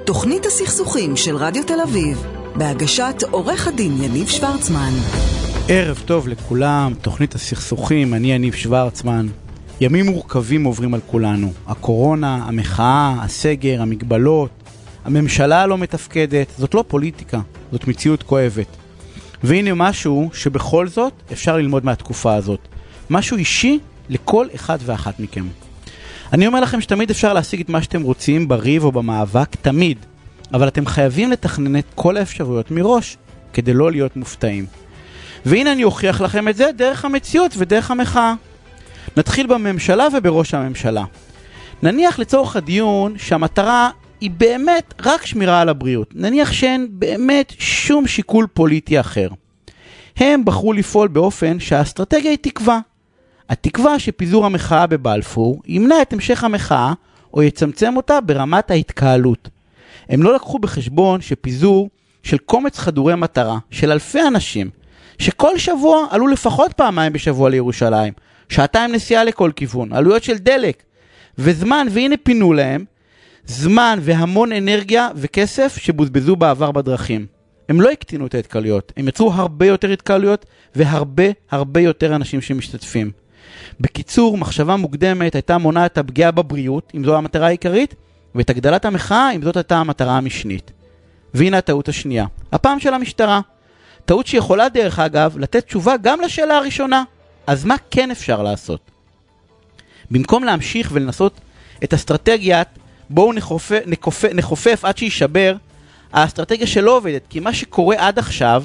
תוכנית הסכסוכים של רדיו תל אביב, בהגשת עורך הדין יניב שוורצמן. ערב טוב לכולם, תוכנית הסכסוכים, אני יניב שוורצמן. ימים מורכבים עוברים על כולנו. הקורונה, המחאה, הסגר, המגבלות, הממשלה לא מתפקדת. זאת לא פוליטיקה, זאת מציאות כואבת. והנה משהו שבכל זאת אפשר ללמוד מהתקופה הזאת. משהו אישי לכל אחד ואחת מכם. אני אומר לכם שתמיד אפשר להשיג את מה שאתם רוצים בריב או במאבק, תמיד. אבל אתם חייבים לתכנן את כל האפשרויות מראש, כדי לא להיות מופתעים. והנה אני אוכיח לכם את זה דרך המציאות ודרך המחאה. נתחיל בממשלה ובראש הממשלה. נניח לצורך הדיון שהמטרה היא באמת רק שמירה על הבריאות. נניח שאין באמת שום שיקול פוליטי אחר. הם בחרו לפעול באופן שהאסטרטגיה היא תקווה. התקווה שפיזור המחאה בבלפור ימנע את המשך המחאה או יצמצם אותה ברמת ההתקהלות. הם לא לקחו בחשבון שפיזור של קומץ חדורי מטרה של אלפי אנשים שכל שבוע עלו לפחות פעמיים בשבוע לירושלים, שעתיים נסיעה לכל כיוון, עלויות של דלק וזמן, והנה פינו להם זמן והמון אנרגיה וכסף שבוזבזו בעבר בדרכים. הם לא הקטינו את ההתקהלויות, הם יצרו הרבה יותר התקהלויות והרבה יותר אנשים שמשתתפים. בקיצור, מחשבה מוקדמת הייתה מונעת את הפגיעה בבריאות, אם זו המטרה העיקרית, ואת הגדלת המחאה, אם זאת הייתה המטרה המשנית. והנה הטעות השנייה, הפעם של המשטרה. טעות שיכולה דרך אגב לתת תשובה גם לשאלה הראשונה. אז מה כן אפשר לעשות? במקום להמשיך ולנסות את אסטרטגיית בואו נחופף עד שישבר, האסטרטגיה שלא עובדת, כי מה שקורה עד עכשיו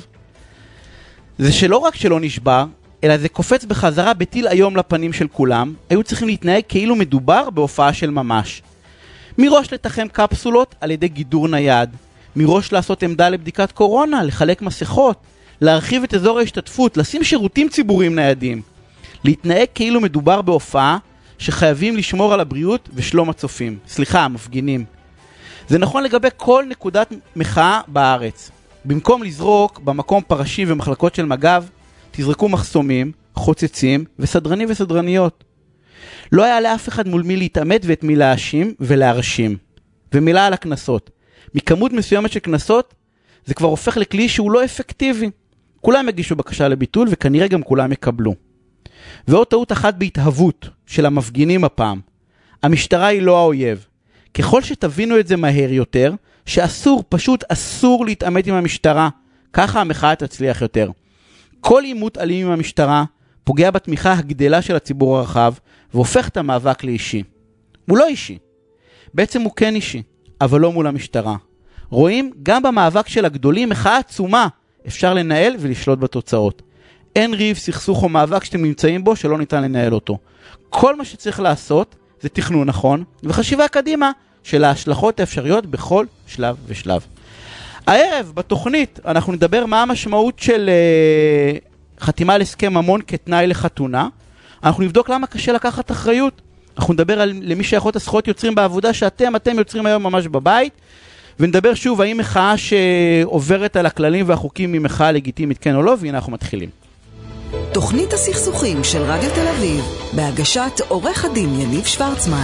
זה שלא רק שלא נשבר, אלא זה קופץ בחזרה בטיל היום לפנים של כולם. היו צריכים להתנהג כאילו מדובר בהופעה של ממש. מראש לתחם קפסולות על ידי גידור נייד, מראש לעשות עמדה לבדיקת קורונה, לחלק מסכות, להרחיב את אזור ההשתתפות, לשים שירותים ציבוריים ניידים, להתנהג כאילו מדובר בהופעה שחייבים לשמור על הבריאות ושלום הצופים. סליחה, המפגינים. זה נכון לגבי כל נקודת מחאה בארץ. במקום לזרוק במקום פרשים ומחלקות של מג"ב, תזרקו מחסומים, חוצצים וסדרנים וסדרניות. לא היה לאף אחד מול מי להתעמת ואת מי להאשים ולהרשים. ומילה על הכנסות. מכמות מסוימת של כנסות, זה כבר הופך לכלי שהוא לא אפקטיבי. כולם יגישו בקשה לביטול וכנראה גם כולם יקבלו. ועוד טעות אחת בהתהוות של המפגינים הפעם. המשטרה היא לא האויב. ככל שתבינו את זה מהר יותר, שאסור, פשוט אסור להתעמת עם המשטרה, ככה המחאה תצליח יותר. כל עימות אלים עם המשטרה פוגע בתמיכה הגדלה של הציבור הרחב, והופך את המאבק לאישי. הוא לא אישי. בעצם הוא כן אישי, אבל לא מול המשטרה. רואים, גם במאבק של הגדולים, מחאה עצומה, אפשר לנהל ולשלוט בתוצאות. אין ריב, סכסוך או מאבק שאתם נמצאים בו שלא ניתן לנהל אותו. כל מה שצריך לעשות זה תכנון נכון, וחשיבה קדימה של ההשלכות האפשריות בכל שלב ושלב. הערב בתוכנית אנחנו נדבר מה המשמעות של חתימה על הסכם ממון כתנאי לחתונה. אנחנו נבדוק למה קשה לקחת אחריות. אנחנו נדבר על למי שייכות הזכויות יוצרים בעבודה שאתם יוצרים היום ממש בבית. ונדבר שוב האם מחאה שעוברת על הכללים והחוקים היא מחאה לגיטימית כן או לא, והנה אנחנו מתחילים. תוכנית הסכסוכים של רדיו תל אביב, בהגשת עורך הדין יניב שוורצמן.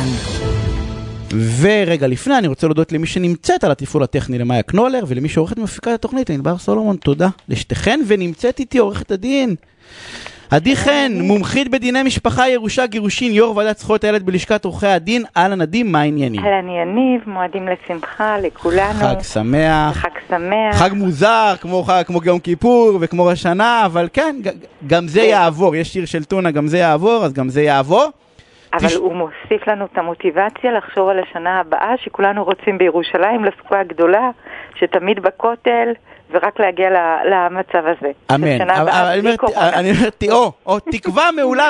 ורגע לפני אני רוצה להודות למי שנמצאת על התפעול הטכני למאיה קנולר, ולמי שעורכת מפיקת התוכנית לענבר סולומון. תודה לשתיכן. ונמצאת איתי עורכת הדין עדי חן, מומחית בדיני משפחה, ירושה, גירושין, יו"ר ועדת זכויות הילד בלשכת עורכי הדין. אהלן עדי, מה העניינים? אהלן יניב, מועדים לשמחה לכולנו. חג שמח. חג שמח. חג מוזר, כמו יום כיפור וכמו השנה, אבל כן, גם זה יעבור. יש שיר של טונה, גם זה יעבור, אז גם זה יעבור. אבל הוא מוסיף לנו את המוטיבציה לחשוב על השנה הבאה, שכולנו רוצים בירושלים, לסוכה הגדולה, שתמיד בכותל, ורק להגיע למצב הזה. אמן. אני אומרת, תקווה מעולה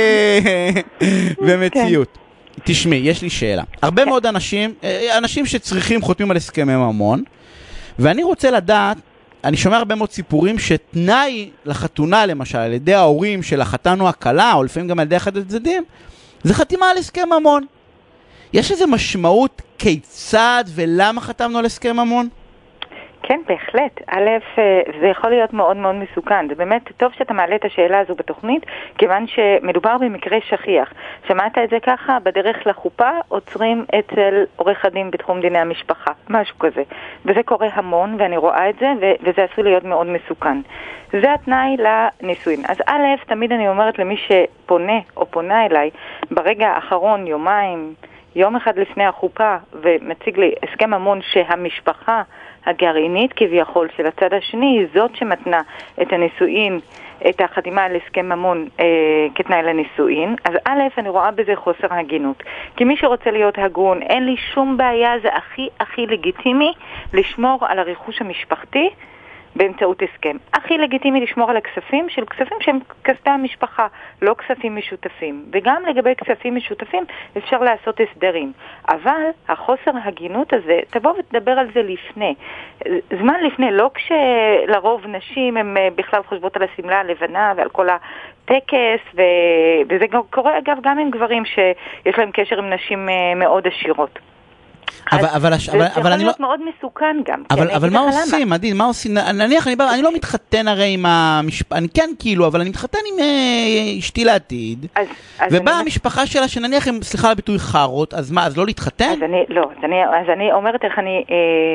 במציאות. תשמעי, יש לי שאלה. הרבה מאוד אנשים שצריכים חותמים על הסכמי ממון, ואני רוצה לדעת, אני שומע הרבה מאוד סיפורים שתנאי לחתונה, למשל, על ידי ההורים של החתן או הכלה, או לפעמים גם על ידי אחד הצדדים, זה חתימה על הסכם ממון. יש איזו משמעות כיצד ולמה חתמנו על הסכם ממון? כן, בהחלט. א', זה יכול להיות מאוד מאוד מסוכן. זה באמת טוב שאתה מעלה את השאלה הזו בתוכנית, כיוון שמדובר במקרה שכיח. שמעת את זה ככה? בדרך לחופה עוצרים אצל עורך הדין בתחום דיני המשפחה. משהו כזה. וזה קורה המון, ואני רואה את זה, וזה עשוי להיות מאוד מסוכן. זה התנאי לנישואין. אז א', תמיד אני אומרת למי שפונה או פונה אליי, ברגע האחרון, יום אחד לפני החופה, ומציג לי הסכם ממון שהמשפחה הגרעינית כביכול של הצד השני היא זאת שמתנה את הנישואין, את החתימה על הסכם ממון כתנאי לנישואין. אז א', אני רואה בזה חוסר הגינות. כי מי שרוצה להיות הגון, אין לי שום בעיה, זה הכי לגיטימי לשמור על הרכוש המשפחתי באמצעות הסכם. הכי לגיטימי לשמור על הכספים שהם כספי המשפחה, לא כספים משותפים. וגם לגבי כספים משותפים אפשר לעשות הסדרים. אבל החוסר הגינות הזה, תבוא ותדבר על זה לפני. זמן לפני, לא כשלרוב נשים הן בכלל חושבות על הסמלה הלבנה ועל כל הטקס, וזה קורה אגב גם עם גברים שיש להם קשר עם נשים מאוד עשירות. אבל יכול להיות מאוד מסוכן גם. אבל מה עושים, עדין? מה עושים? נניח, אני לא מתחתן הרי עם המשפחה, אני כן כאילו, אבל אני מתחתן עם אשתי לעתיד, ובאה המשפחה שלה שנניח הם, סליחה על הביטוי, חרות, אז מה, אז לא להתחתן? אז אני אומרת איך אני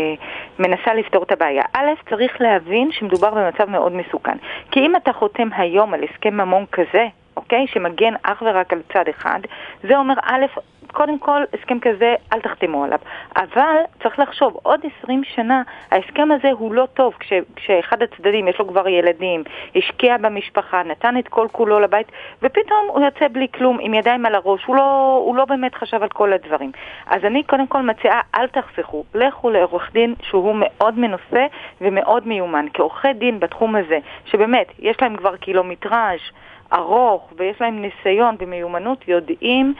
מנסה לפתור את הבעיה. א', צריך להבין שמדובר במצב מאוד מסוכן. כי אם אתה חותם היום על הסכם ממון כזה, אוקיי, שמגן אך ורק על צד אחד, זה אומר א', קודם כל, הסכם כזה, אל תחתמו עליו. אבל צריך לחשוב, עוד 20 שנה, ההסכם הזה הוא לא טוב, כשאחד הצדדים יש לו כבר ילדים, השקיע במשפחה, נתן את כל כולו לבית, ופתאום הוא יוצא בלי כלום, עם ידיים על הראש, הוא לא באמת חשב על כל הדברים. אז אני קודם כל מציעה, אל תחסכו, לכו לעורך דין שהוא מאוד מנוסה ומאוד מיומן, כעורכי דין בתחום הזה, שבאמת, יש להם כבר קילומטראז' ארוך ויש להם ניסיון ומיומנות, יודעים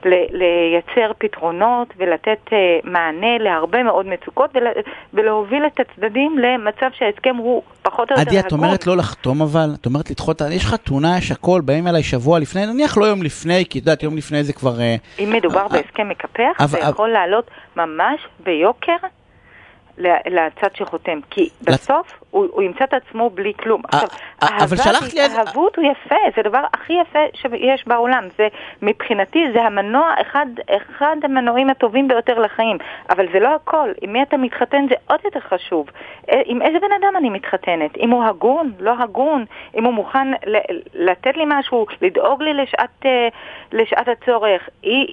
לייצר פתרונות ולתת מענה להרבה מאוד מצוקות ולהוביל את הצדדים למצב שההסכם הוא פחות או יותר הגון. עדי, את אומרת לא לחתום אבל? את אומרת לדחות, יש חתונה, יש הכל, באים אליי שבוע לפני, נניח לא יום לפני, כי יודעת, יום לפני זה כבר... אם מדובר בהסכם מקפח, זה יכול לעלות ממש ביוקר לצד שחותם, כי בסוף הוא ימצא את עצמו בלי כלום. אבל שלחת לי... אהבות הוא יפה, זה הדבר הכי יפה שיש בעולם. זה, מבחינתי זה המנוע, אחד המנועים הטובים ביותר לחיים. אבל זה לא הכל. עם מי אתה מתחתן זה עוד יותר חשוב. עם איזה בן אדם אני מתחתנת? אם הוא הגון, לא הגון, אם הוא מוכן לתת לי משהו, לדאוג לי לשעת הצורך.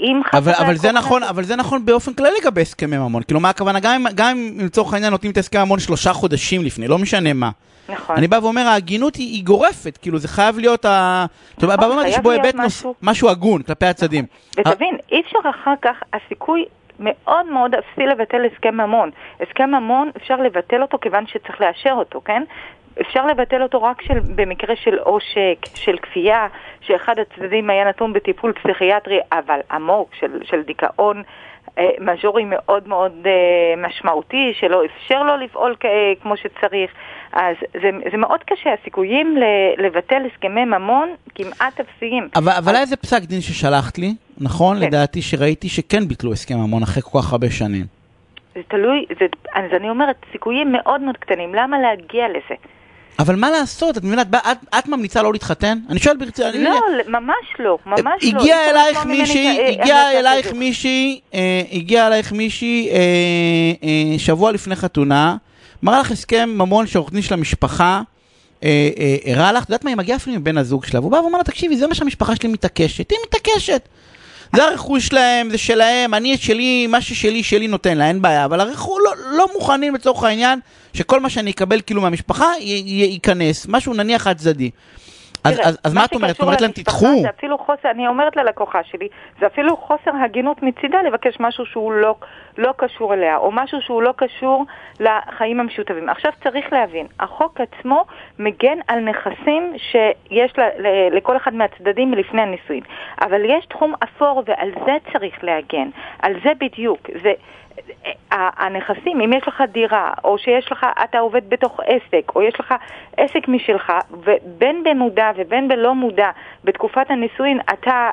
אבל זה נכון באופן כללי לגבי הסכמי ממון. כאילו מה הכוונה? גם אם לצורך העניין נותנים את הסכם ממון 3 חודשים לפני, לא משנה מה. נכון. אני בא ואומר, ההגינות היא גורפת, כאילו זה חייב להיות טוב, בא ואומר, יש בו היבט משהו הגון כלפי הצדדים. ותבין, אי אפשר אחר כך, הסיכוי מאוד מאוד אפסי לבטל הסכם ממון. הסכם ממון אפשר לבטל אותו כיוון שצריך לאשר אותו, כן? אפשר לבטל אותו רק במקרה של עושק, של כפייה, שאחד הצדדים היה נתון בטיפול פסיכיאטרי, אבל עמוק, של דיכאון מז'ורי מאוד מאוד משמעותי, שלא אפשר לו לפעול כמו שצריך. אז זה מאוד קשה, הסיכויים לבטל הסכמי ממון כמעט אפסיים. אבל איזה פסק דין ששלחת לי, נכון? לדעתי שראיתי שכן ביטלו הסכם ממון אחרי כל כך הרבה שנים. זה תלוי, אז אני אומרת, סיכויים מאוד מאוד קטנים, למה להגיע לזה? אבל מה לעשות? את מבינה, את ממליצה לא להתחתן? אני שואל ברצינות. לא, ממש לא, ממש לא. הגיעה אלייך מישהי שבוע לפני חתונה, מראה לך הסכם ממון שעורך דין של המשפחה, הראה לך, יודעת מה, היא מגיעה אפילו מבן הזוג שלה, והוא בא ואומר לה, תקשיבי, זה מה שהמשפחה שלי מתעקשת, היא מתעקשת. זה הרכוש שלהם, זה שלהם, אני את שלי, מה ששלי נותן לה, אין בעיה, אבל הרכוש לא מוכנים לצורך העניין, שכל מה שאני אקבל כאילו מהמשפחה ייכנס, משהו נניח הצדדי. אז מה את אומרת? את אומרת להם תדחו? זה אפילו חוסר, אני אומרת ללקוחה שלי, זה אפילו חוסר הגינות מצידה לבקש משהו שהוא לא קשור אליה, או משהו שהוא לא קשור לחיים המשותפים. עכשיו צריך להבין, החוק עצמו מגן על נכסים שיש לכל אחד מהצדדים לפני הנישואין. אבל יש תחום אפור ועל זה צריך להגן. על זה בדיוק. הנכסים, אם יש לך דירה, או שיש לך, אתה עובד בתוך עסק, או יש לך עסק משלך, ובין במודע ובין בלא מודע, בתקופת הנישואין, אתה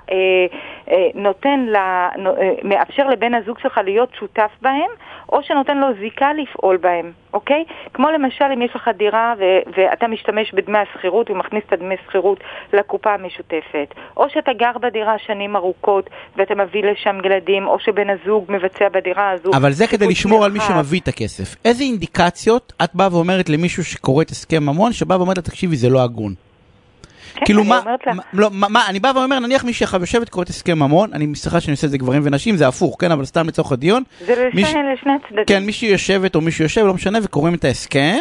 מאפשר לבן הזוג שלך להיות שותף בהם, או שנותן לו זיקה לפעול בהם, אוקיי? כמו למשל, אם יש לך דירה ואתה משתמש בדמי הסחירות ומכניס את דמי הסחירות לקופה המשותפת, או שאתה גר בדירה שנים ארוכות ואתה מביא לשם ילדים, או שבן הזוג מבצע בדירה הזו. אבל זה כדי לשמור על מי שמביא את הכסף. איזה אינדיקציות את באה ואומרת למישהו שקורא את הסכם ממון, שבאה ואומרת לה, תקשיבי, זה לא הגון? כן, כאילו אני אני בא ואומר, נניח מי שיושבת קוראת הסכם ממון, אני מסתכל שאני עושה את זה גברים ונשים, זה הפוך, כן, אבל סתם לצורך הדיון. זה לשני הצדדים. כן, מישהי יושבת או מישהו יושב, לא משנה, וקוראים את ההסכם,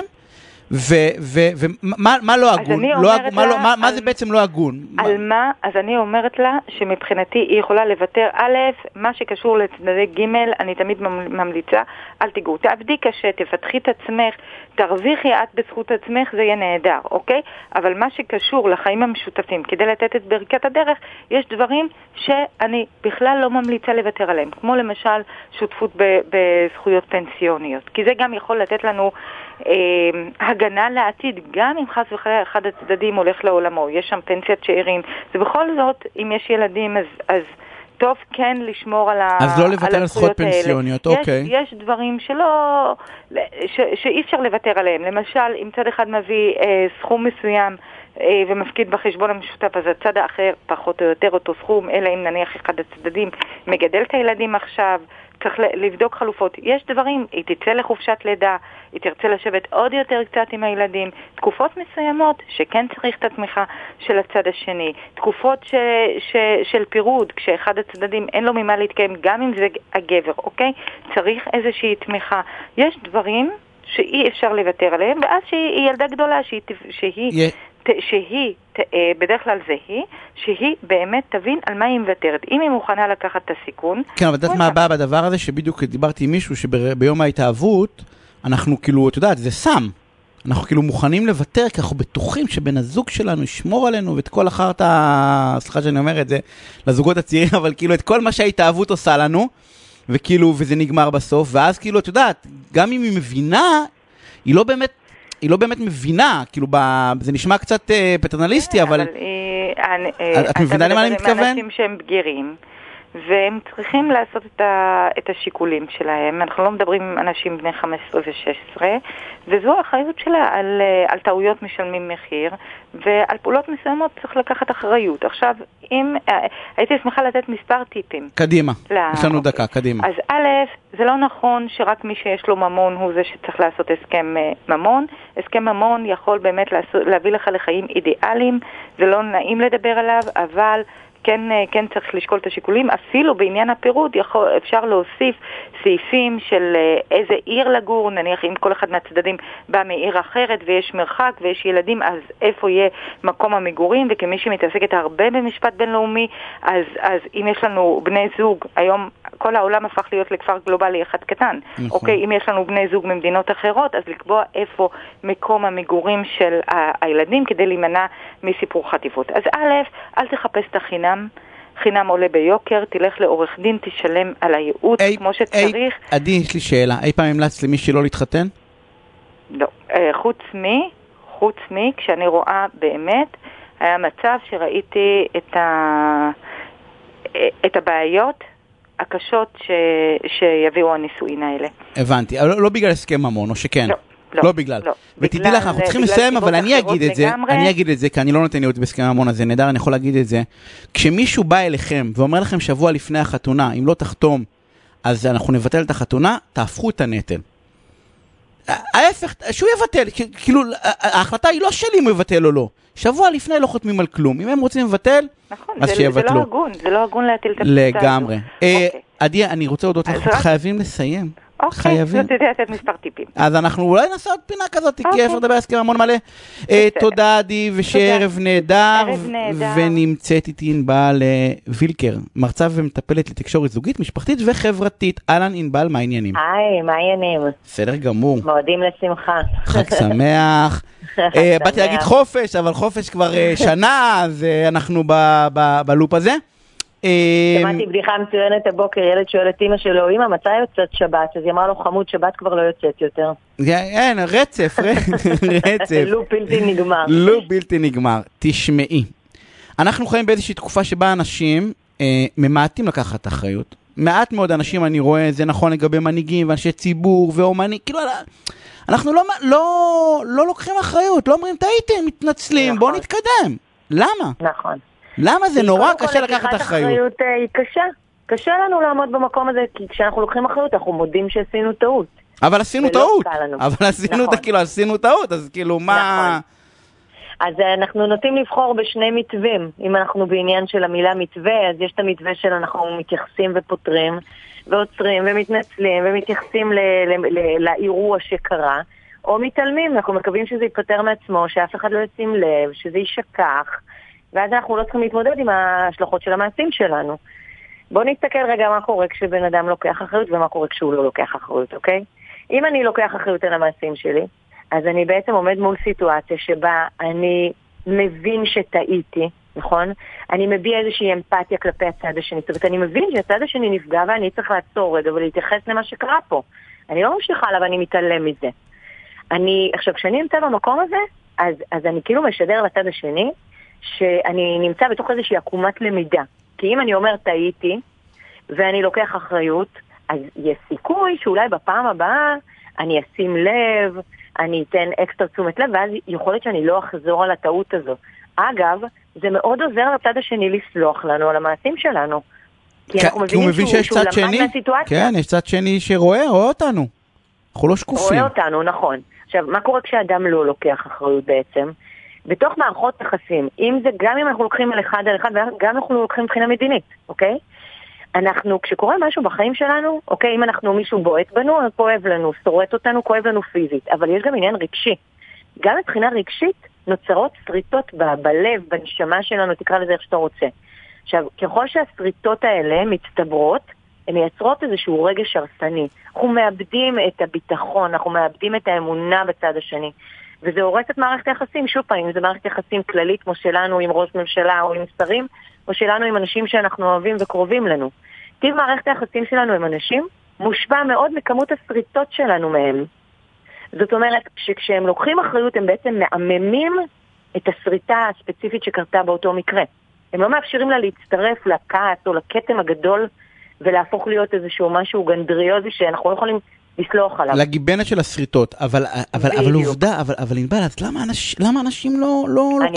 ומה לא הגון? מה זה בעצם לא הגון? על מה? אז אני אומרת לה שמבחינתי היא יכולה לוותר א', מה שקשור לצדדי ג', אני תמיד ממליצה, אל תיגעו, תעבדי קשה, תפתחי את עצמך, תרוויחי את בזכות עצמך, זה יהיה נהדר, אוקיי? אבל מה שקשור לחיים המשותפים, כדי לתת את ברכת הדרך, יש דברים שאני בכלל לא ממליצה לוותר עליהם, כמו למשל שותפות בזכויות פנסיוניות, כי זה גם יכול לתת לנו הגנה לעתיד, גם אם חס וחלילה אחד הצדדים הולך לעולמו, יש שם פנסיית שאירים, זה בכל זאת, אם יש ילדים, אז טוב כן לשמור על הזכויות האלה. אז לא לוותר על זכויות פנסיוניות, אוקיי. יש דברים שאי אפשר לוותר עליהם. למשל, אם צד אחד מביא סכום מסוים ומפקיד בחשבון המשותף, אז הצד האחר פחות או יותר אותו סכום, אלא אם נניח אחד הצדדים מגדל את הילדים עכשיו, צריך לבדוק חלופות. יש דברים, היא תצא לחופשת לידה, היא תרצה לשבת עוד יותר קצת עם הילדים, תקופות מסוימות שכן צריך את התמיכה של הצד השני, תקופות של פירוד, כשאחד הצדדים אין לו ממה להתקיים, גם אם זה הגבר, אוקיי? צריך איזושהי תמיכה. יש דברים שאי אפשר לוותר עליהם, ואז שהיא ילדה גדולה, שהיא בדרך כלל זה שהיא באמת תבין על מה היא מוותרת. אם היא מוכנה לקחת את הסיכון... כן, אבל דעת מה הבא בדבר הזה, שבדיוק דיברתי עם מישהו שביום ההתאהבות, אנחנו כאילו, אתה יודעת, זה סם. אנחנו כאילו מוכנים לוותר, כי אנחנו בטוחים שבן הזוג שלנו ישמור עלינו, ואת כל אחרת, סליחה שאני אומר את זה, לזוגות הצעירים, אבל כאילו את כל מה שההתאהבות עושה לנו, וכאילו, וזה נגמר בסוף, ואז כאילו, את יודעת, גם אם היא מבינה, היא לא באמת מבינה, כאילו, זה נשמע קצת פטרנליסטי, אבל... את מבינה למה אני מתכוון? אנשים שהם בגירים, והם צריכים לעשות את השיקולים שלהם. אנחנו לא מדברים עם אנשים בני 15 ו-16, וזו האחריות שלה. על טעויות משלמים מחיר, ועל פעולות מסוימות צריך לקחת אחריות. עכשיו, הייתי שמחה לתת מספר טיפים. קדימה, יש לנו דקה, קדימה. אז א', זה לא נכון שרק מי שיש לו ממון הוא זה שצריך לעשות הסכם ממון. הסכם ממון יכול באמת להביא לך לחיים אידיאליים, זה לא נעים לדבר עליו, אבל... כן צריך לשקול את השיקולים. אפילו בעניין הפירוד אפשר להוסיף סעיפים של איזה עיר לגור, נניח אם כל אחד מהצדדים בא מעיר אחרת ויש מרחק ויש ילדים, אז איפה יהיה מקום המגורים, וכמי שמתעסקת הרבה במשפט בינלאומי, אז אם יש לנו בני זוג, היום כל העולם הפך להיות לכפר גלובלי אחד קטן, אוקיי, אם יש לנו בני זוג ממדינות אחרות, אז לקבוע איפה מקום המגורים של הילדים כדי להימנע מסיפור חטיפות. אז א', אל תחפש את החינם, חינם עולה ביוקר, תלך לעורך דין, תשלם על הייעוץ כמו שצריך. עדי, יש לי שאלה, אי פעם המלצת למישהי לא להתחתן? לא, חוץ מי, כשאני רואה באמת, היה מצב שראיתי את הבעיות הקשות שיביאו הנישואין האלה. הבנתי, לא בגלל הסכם ממון, או שכן? לא בגלל. לא. ותדעי לך, אנחנו צריכים לסיים, אבל אני אגיד את זה, כי אני לא נותן להיות בהסכם ממון, אז זה נהדר, אני יכול להגיד את זה. כשמישהו בא אליכם ואומר לכם שבוע לפני החתונה, אם לא תחתום, אז אנחנו נבטל את החתונה, תהפכו את הנטל. ההפך, שהוא יבטל, כאילו, ההחלטה היא לא שלי אם הוא יבטל או לא. שבוע לפני לא חותמים על כלום. אם הם רוצים לבטל, אז שיבטלו. זה לא הגון להטיל את הפצצה. לגמרי. עדי, אני רוצה להודות לך, חייבים לסיים. חייבים. אוקיי, רציתי לתת מספר טיפים. אז אנחנו אולי נעשה עוד פינה כזאת, כי אפשר לדבר הסכם המון מלא. תודה עדי, ושערב נהדר. ונמצאת איתי ענבל וילקר, מרצה ומטפלת לתקשורת זוגית, משפחתית וחברתית. אהלן ענבל, מה העניינים? היי, מה העניינים? בסדר גמור. מועדים לשמחה. חג שמח. באתי להגיד חופש, אבל חופש כבר שנה, אז אנחנו בלופ הזה. שמעתי בדיחה מצוינת הבוקר, ילד שואל את אמא שלו, אמא, מתי יוצאת שבת? אז היא אמרה לו, חמוד, שבת כבר לא יוצאת יותר. אין, רצף. לופ בלתי נגמר. לופ בלתי נגמר. תשמעי, אנחנו חיים באיזושהי תקופה שבה אנשים ממעטים לקחת אחריות. מעט מאוד אנשים אני רואה, זה נכון לגבי מנהיגים ואנשי ציבור ואומנים, כאילו אנחנו לא לוקחים אחריות, לא אומרים טעיתם, מתנצלים, בואו נתקדם. למה? נכון. למה זה נורא קשה לקחת אחריות? היא קשה. קשה לנו לעמוד במקום הזה, כי כשאנחנו לוקחים אחריות, אנחנו מודים שעשינו טעות. אבל עשינו טעות. עשינו טעות, אז כאילו מה... אז אנחנו נוטים לבחור בשני מתווים. אם אנחנו בעניין של המילה מתווה, אז יש את המתווה של אנחנו מתייחסים ופותרים, ועוצרים ומתנצלים, ומתייחסים לאירוע שקרה, או מתעלמים, אנחנו מקווים שזה ייפטר מעצמו, שאף אחד לא ישים לב, שזה יישכח, ואז אנחנו לא צריכים להתמודד עם ההשלכות של המעשים שלנו. בואו נסתכל רגע מה קורה כשבן אדם לוקח אחריות, ומה קורה כשהוא לא לוקח אחריות, אוקיי? אם אני לוקח אחריות על המעשים שלי, אז אני בעצם עומד מול סיטואציה שבה אני מבין שטעיתי, נכון? אני מביע איזושהי אמפתיה כלפי הצד השני. זאת אומרת, אני מבין שהצד השני נפגע ואני צריך לעצור רגע ולהתייחס למה שקרה פה. אני לא ממשיכה עליו, אני מתעלם מזה. עכשיו, כשאני נמצא במקום הזה, אז אני כאילו משדר לצד השני שאני נמצא בתוך איזושהי עקומת למידה. כי אם אני אומר טעיתי ואני לוקח אחריות, אז יש סיכוי שאולי בפעם הבאה אני אשים לב, אני אתן אקסטרה תשומת לב, ואז יכול להיות שאני לא אחזור על הטעות הזו. אגב, זה מאוד עוזר לצד השני לסלוח לנו על המעשים שלנו. כי הוא מבין שיש צד שני, כן, יש צד שני שרואה אותנו. אנחנו לא שקופים. רואה אותנו, נכון. עכשיו, מה קורה כשאדם לא לוקח אחריות בעצם? בתוך מערכות יחסים, גם אם אנחנו לוקחים על אחד על אחד, וגם אנחנו לוקחים מבחינה מדינית, אוקיי? כשקורה משהו בחיים שלנו, אוקיי, אם מישהו בועט בנו, כואב לנו, שורט אותנו, כואב לנו פיזית, אבל יש גם עניין רגשי. גם מבחינה רגשית נוצרות שריטות בלב, בנשמה שלנו, תקרא לזה איך שאתה רוצה. עכשיו, ככל שהשריטות האלה מצטברות, הן מייצרות איזשהו רגש הרסני. אנחנו מאבדים את הביטחון, אנחנו מאבדים את האמונה בצד השני. וזה הורס את מערכת היחסים, שוב פעם, אם זה מערכת יחסים כללית, כמו שלנו עם ראש ממשלה או עם שרים, או שלנו עם אנשים שאנחנו אוהבים וקרובים לנו. טיב מערכת היחסים שלנו עם אנשים מושפע מאוד מכמות השריטות שלנו מהם. זאת אומרת, שכשהם לוקחים אחריות, הם בעצם מעממים את השריטה הספציפית שקרתה באותו מקרה. הם לא מאפשרים לה להצטרף לכעס או לכתם הגדול, ולהפוך להיות איזשהו משהו גנדריוזי שאנחנו לא יכולים לסלוח עליו. לגיבנת של השריטות, אבל עובדה, אבל נדבר, אז למה אנשים לא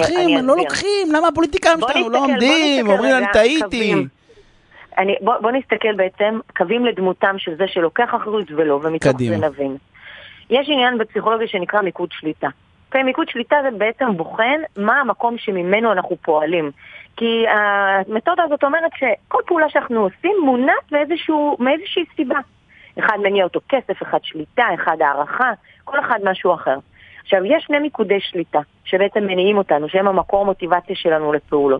לוקחים? למה הפוליטיקאים שלנו לא עומדים? אומרים להם טעיתי. בוא נסתכל בעצם קווים לדמותם של זה שלוקח אחריות ולא, ומתוך זה נבין. יש עניין בפסיכולוגיה שנקרא מיקוד שליטה. מיקוד שליטה זה בעצם בוחן מה המקום שממנו אנחנו פועלים. כי המתודה הזאת אומרת שכל פעולה שאנחנו עושים מונעת מאיזושהי סיבה. אחד מניע אותו כסף, אחד שליטה, אחד הערכה, כל אחד משהו אחר. עכשיו, יש שני מיקודי שליטה שבעצם מניעים אותנו, שהם המקור מוטיבציה שלנו לפעולות.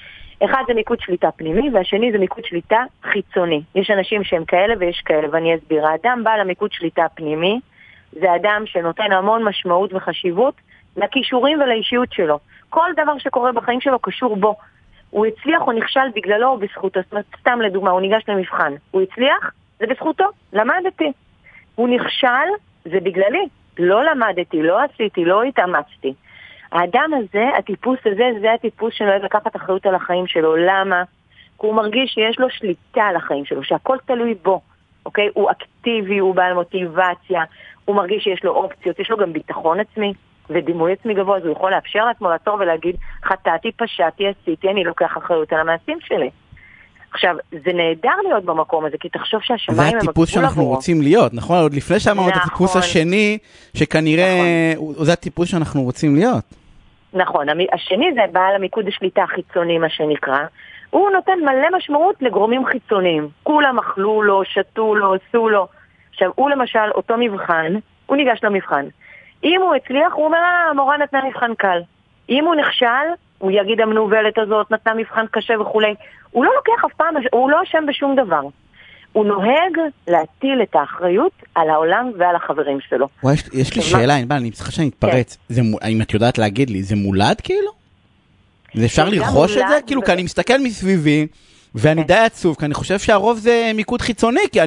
אחד זה מיקוד שליטה פנימי, והשני זה מיקוד שליטה חיצוני. יש אנשים שהם כאלה ויש כאלה, ואני אסביר. האדם בעל המיקוד שליטה פנימי, זה אדם שנותן המון משמעות וחשיבות לכישורים ולאישיות שלו. כל דבר שקורה בחיים שלו קשור בו. הוא הצליח או נכשל בגללו או בזכותו. זאת אומרת, סתם לדוגמה, הוא ניגש למבחן. הוא הצליח, זה בזכותו, למדתי. הוא נכשל, זה בגללי. לא למדתי, לא עשיתי, לא התאמצתי. האדם הזה, הטיפוס הזה, זה הטיפוס שנוהג לקחת אחריות על החיים שלו. למה? כי הוא מרגיש שיש לו שליטה על החיים שלו, שהכל תלוי בו. אוקיי? הוא אקטיבי, הוא בעל מוטיבציה, הוא מרגיש שיש לו אופציות, יש לו גם ביטחון עצמי ודימוי עצמי גבוה, אז הוא יכול לאפשר לעצמו לעצור ולהגיד, חטאתי, פשעתי, עשיתי, אני לוקח אחריות על המעשים שלי. עכשיו, זה נהדר להיות במקום הזה, כי תחשוב שהשמיים הם הגבול עבורו. זה הטיפוס שאנחנו רוצים להיות, נכון? עוד לפני שאמרנו את הטיפוס השני, שכנראה זה הטיפוס שאנחנו רוצים להיות. נכון, השני זה בעל המיקוד השליטה החיצוני, מה שנקרא. הוא נותן מלא משמעות לגורמים חיצוניים. כולם אכלו לו, שתו לו, עשו לו. עכשיו, הוא למשל, אותו מבחן, הוא ניגש למבחן. אם הוא הצליח, הוא אומר, המורה נתנה מבחן קל. אם הוא נכשל, הוא יגיד המנוולת הזאת, נתנה מבחן קשה וכו'. הוא לא לוקח אף פעם, הוא לא אשם בשום דבר. הוא נוהג להטיל את האחריות על העולם ועל החברים שלו. יש לי שאלה, אני צריכה שאני אתפרץ. אם את יודעת להגיד לי, זה מולד כאילו? זה אפשר לרחוש את זה? כאילו, כי אני מסתכל מסביבי, ואני די עצוב, כי אני חושב שהרוב זה מיקוד חיצוני, כי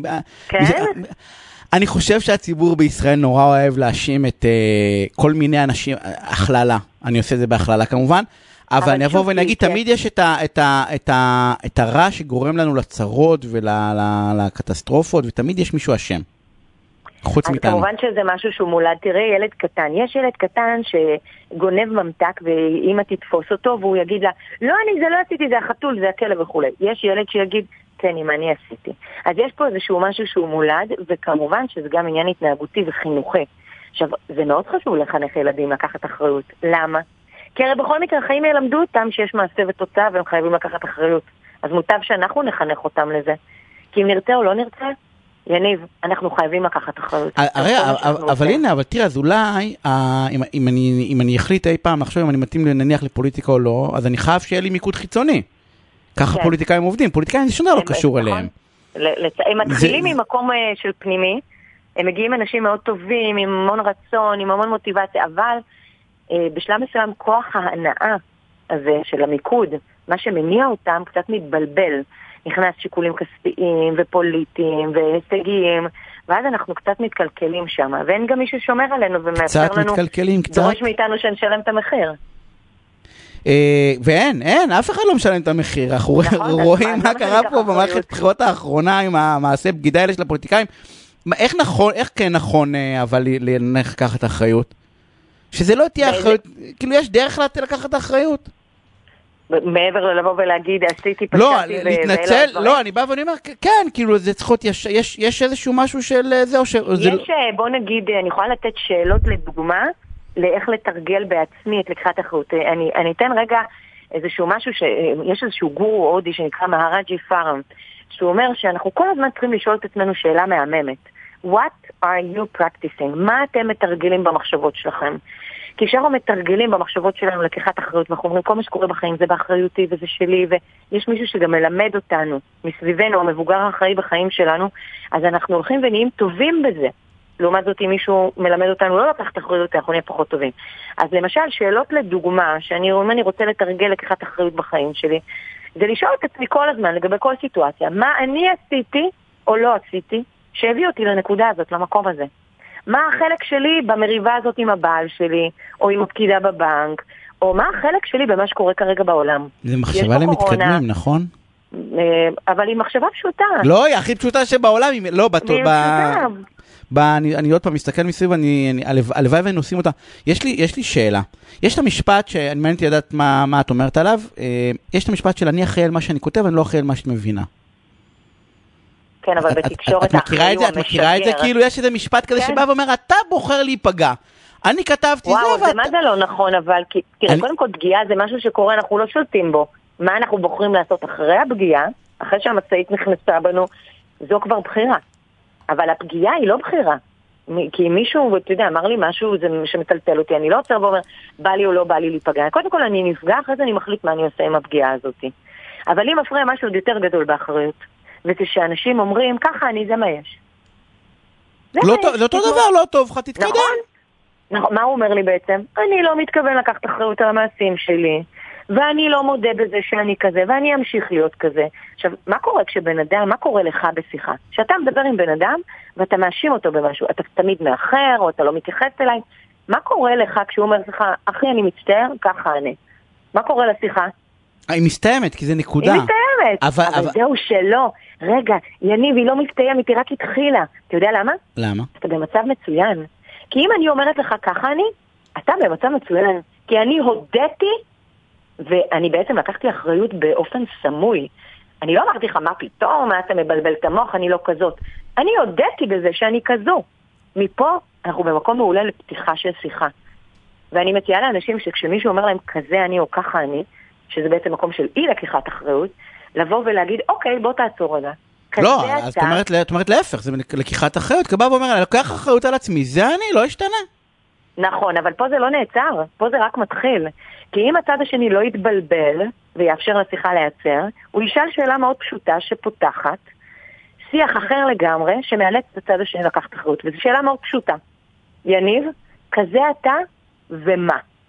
אני חושב שהציבור בישראל נורא אוהב להאשים את כל מיני אנשים, הכללה, אני עושה את זה בהכללה כמובן, אבל אני אבוא ונגיד, תמיד יש את הרע שגורם לנו לצרות ולקטסטרופות, ותמיד יש מישהו אשם. חוץ מאיתנו. כמובן שזה משהו שהוא מולד. תראה, ילד קטן. יש ילד קטן שגונב ממתק ואמא תתפוס אותו והוא יגיד לה, לא, אני זה לא עשיתי, זה החתול, זה הכלב וכו'. יש ילד שיגיד, כן, אם אני עשיתי. אז יש פה איזשהו משהו שהוא מולד, וכמובן שזה גם עניין התנהגותי וחינוכי. עכשיו, זה מאוד חשוב לחנך ילדים לקחת אחריות. למה? כי הרי בכל מקרה החיים ילמדו אותם שיש מעשה ותוצאה והם חייבים לקחת אחריות. אז מוטב שאנחנו נחנך אותם לזה. כי אם נרצה או לא נרצה, יניב, אנחנו חייבים לקחת אחריות. אבל הנה, אבל תראה, אז אולי, אם אני אחליט אי פעם לחשוב אם אני מתאים נניח לפוליטיקה או לא, אז אני חייב שיהיה לי מיקוד חיצוני. ככה פוליטיקאים עובדים. פוליטיקאים זה שונה לא קשור אליהם. הם מתחילים ממקום של פנימי, הם מגיעים אנשים מאוד טובים, עם המון רצון, עם המון מוטיבציה, אבל בשלב מסוים כוח ההנאה הזה של המיקוד, מה שמניע אותם קצת מתבלבל. נכנס שיקולים כספיים ופוליטיים והישגיים, ואז אנחנו קצת מתקלקלים שם, ואין גם מישהו שומר עלינו ומאפשר לנו, דורש מאיתנו שנשלם את המחיר. ואין, אף אחד לא משלם את המחיר. אנחנו רואים מה קרה פה במערכת הבחירות האחרונה עם המעשה בגידה האלה של הפוליטיקאים. איך כן נכון אבל לקחת אחריות? שזה לא תהיה אחריות, כאילו יש דרך לקחת אחריות? מעבר ללבוא ולהגיד, עשיתי פשעתי לא, להתנצל, לא, אני בא ואני אומר, כן, כאילו זה צריכות, יש איזשהו משהו של זה או ש... יש, בוא נגיד, אני יכולה לתת שאלות לדוגמה, לאיך לתרגל בעצמי את לקחת אחריות. אני אתן רגע איזשהו משהו, יש איזשהו גורו הודי שנקרא מהראג'י פארם, שהוא אומר שאנחנו כל הזמן צריכים לשאול את עצמנו שאלה מהממת. What are you practicing? מה אתם מתרגלים במחשבות שלכם? כי שאנחנו מתרגלים במחשבות שלנו לקיחת אחריות, ואנחנו אומרים, כל מה שקורה בחיים זה באחריותי וזה שלי, ויש מישהו שגם מלמד אותנו מסביבנו, המבוגר האחראי בחיים שלנו, אז אנחנו הולכים ונהיים טובים בזה. לעומת זאת, אם מישהו מלמד אותנו לא לקחת אחריות, אנחנו נהיה פחות טובים. אז למשל, שאלות לדוגמה, אם אני רוצה לתרגל לקיחת אחריות בחיים שלי, זה לשאול את עצמי כל הזמן, לגבי כל סיטואציה, מה אני עשיתי או לא עשיתי, שהביא אותי לנקודה הזאת, למקום הזה. מה החלק שלי במריבה הזאת עם הבעל שלי, או עם הפקידה בבנק, או מה החלק שלי במה שקורה כרגע בעולם. זה מחשבה למתקדמים, נכון? אבל היא מחשבה פשוטה. לא, היא הכי פשוטה שבעולם, לא, אני עוד פעם מסתכל מסביב, הלוואי ואני עושים אותה. יש לי שאלה. יש את המשפט שאני מעניין לדעת מה את אומרת עליו, יש את המשפט של אני אחראי על מה שאני כותב, אני לא אחראי על מה שאת מבינה. כן, אבל בתקשורת את מכירה את זה? כאילו יש איזה משפט כזה שבא ואומר, אתה בוחר להיפגע. אני כתבתי זה, וואו, זה מה זה לא נכון, אבל תראה, קודם כל פגיעה זה משהו שקורה, אנחנו לא שולטים בו. מה אנחנו בוחרים לעשות אחרי הפגיעה, אחרי שהמצאית נכנסה בנו, זו כבר בחירה. אבל הפגיעה היא לא בחירה. כי מישהו, אתה יודע, אמר לי משהו שמטלטל אותי, אני לא עוצר ואומר, בא לי או לא בא לי להיפגע. קודם כל אני נפגע, אחרי זה אני מחליט מה אני עושה עם הפגיעה הזאת. אבל אם מפריע משהו יותר גדול באחריות, וכשאנשים אומרים, ככה אני, זה מה יש. זה אותו דבר, לא טוב, תתקדם. נכון, מה הוא אומר לי בעצם? אני לא מתכוון לקחת אחריות על המעשים שלי, ואני לא מודה בזה שאני כזה, ואני אמשיך להיות כזה. עכשיו, מה קורה כשבן אדם, מה קורה לך בשיחה? כשאתה מדבר עם בן אדם, ואתה מאשים אותו במשהו, אתה תמיד מאחר, או אתה לא מתייחס אליי, מה קורה לך כשהוא אומר לך, אחי, אני מצטער, ככה אני. מה קורה לשיחה? היא מסתיימת, כי זה נקודה. היא מסתיימת, אבל זהו שלא. רגע, יניב, היא לא מסתיימת, היא רק התחילה. אתה יודע למה? למה? אתה במצב מצוין. כי אם אני אומרת לך ככה אני, אתה במצב מצוין. כי אני הודיתי, ואני בעצם לקחתי אחריות באופן סמוי. אני לא אמרתי לך, מה פתאום, מה אתה מבלבל את המוח, אני לא כזאת. אני הודיתי בזה שאני כזו. מפה אנחנו במקום מעולה לפתיחה של שיחה. ואני מציעה לאנשים שכשמישהו אומר להם כזה אני או ככה אני, שזה בעצם מקום של אי לקיחת אחריות, לבוא ולהגיד, אוקיי, בוא תעצור רגע. לא, אז את אומרת להפך, זה לקיחת אחריות, כי בא ואומר, אני לוקח אחריות על עצמי, זה אני, לא אשתנה. נכון, אבל פה זה לא נעצר, פה זה רק מתחיל. כי אם הצד השני לא יתבלבל, ויאפשר לשיחה להיעצר, הוא ישאל שאלה מאוד פשוטה שפותחת, שיח אחר לגמרי, שמאלץ את הצד השני לקחת אחריות, וזו שאלה מאוד פשוטה. יניב, כזה אתה ומה?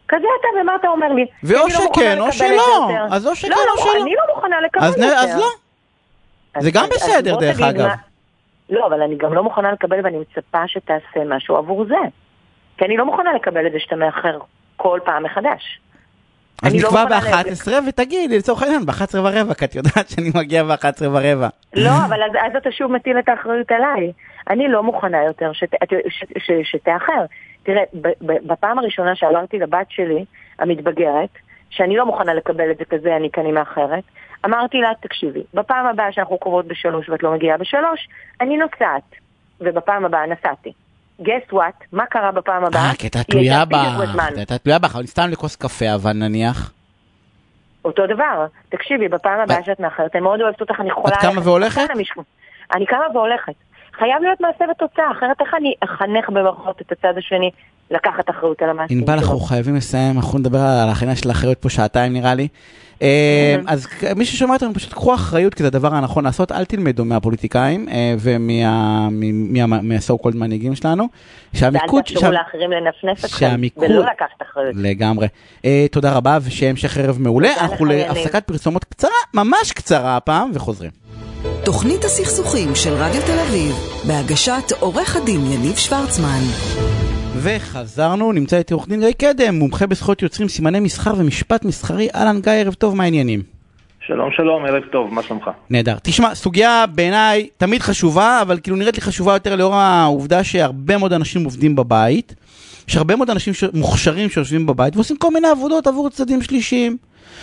כזה אתה, ומה אתה אומר לי? ואו שכן או שלא. אז או שכן או שלא. אני לא מוכנה לקבל יותר. אז לא. זה גם בסדר, דרך אגב. לא, אבל אני גם לא מוכנה לקבל, ואני מצפה שתעשה משהו עבור זה. כי אני לא מוכנה לקבל את זה שאתה מאחר כל פעם מחדש. אז נקבע ב-11 ותגיד, לצורך העניין, ב-11:15, כי את יודעת שאני מגיע ב-11:15. לא, אבל אז אתה שוב מטיל את האחריות עליי. אני לא מוכנה יותר שתאחר. תראה, בפעם הראשונה שאמרתי לבת שלי, המתבגרת, שאני לא מוכנה לקבל את זה כזה, אני מאחרת, אמרתי לה, תקשיבי, בפעם הבאה שאנחנו קרובות ב3 ואת לא מגיעה ב3, אני נוסעת, ובפעם הבאה נסעתי. guess what? מה קרה בפעם הבאה? כי אתה תלויה בה, אבל סתם לכוס קפה, אבל נניח. אותו דבר, תקשיבי, בפעם הבאה שאת מאחרת, אני מאוד אוהבת אותך, אני יכולה... את כמה והולכת? אני כמה והולכת. חייב להיות מעשה ותוצאה, אחרת איך אני אחנך במרכאות את הצד השני לקחת אחריות על המעשים. ענבל, אנחנו חייבים לסיים, אנחנו נדבר על העניין של האחריות פה שעתיים נראה לי. אז מי ששומע אותנו פשוט קחו אחריות, כי זה הדבר הנכון לעשות, אל תלמדו מהפוליטיקאים ומהסו קולד מנהיגים שלנו. ואל תאפשרו לאחרים לנפנף אתכם, ולא לקחת אחריות. לגמרי. תודה רבה, ושהמשך ערב מעולה. אנחנו להפסקת פרסומות קצרה, ממש קצרה הפעם, וחוזרים. תוכנית הסכסוכים של רדיו תל אביב, בהגשת עורך הדין יניב שוורצמן. וחזרנו, נמצא איתי עורך דין גיא קדם, מומחה בזכויות יוצרים, סימני מסחר ומשפט מסחרי. אהלן גיא, ערב טוב, מה העניינים? שלום שלום, ערב טוב, מה שלומך? נהדר. תשמע, סוגיה בעיניי תמיד חשובה, אבל כאילו נראית לי חשובה יותר לאור העובדה שהרבה מאוד אנשים עובדים בבית, שהרבה מאוד אנשים מוכשרים שיושבים בבית, ועושים כל מיני עבודות עבור צדדים שלישיים.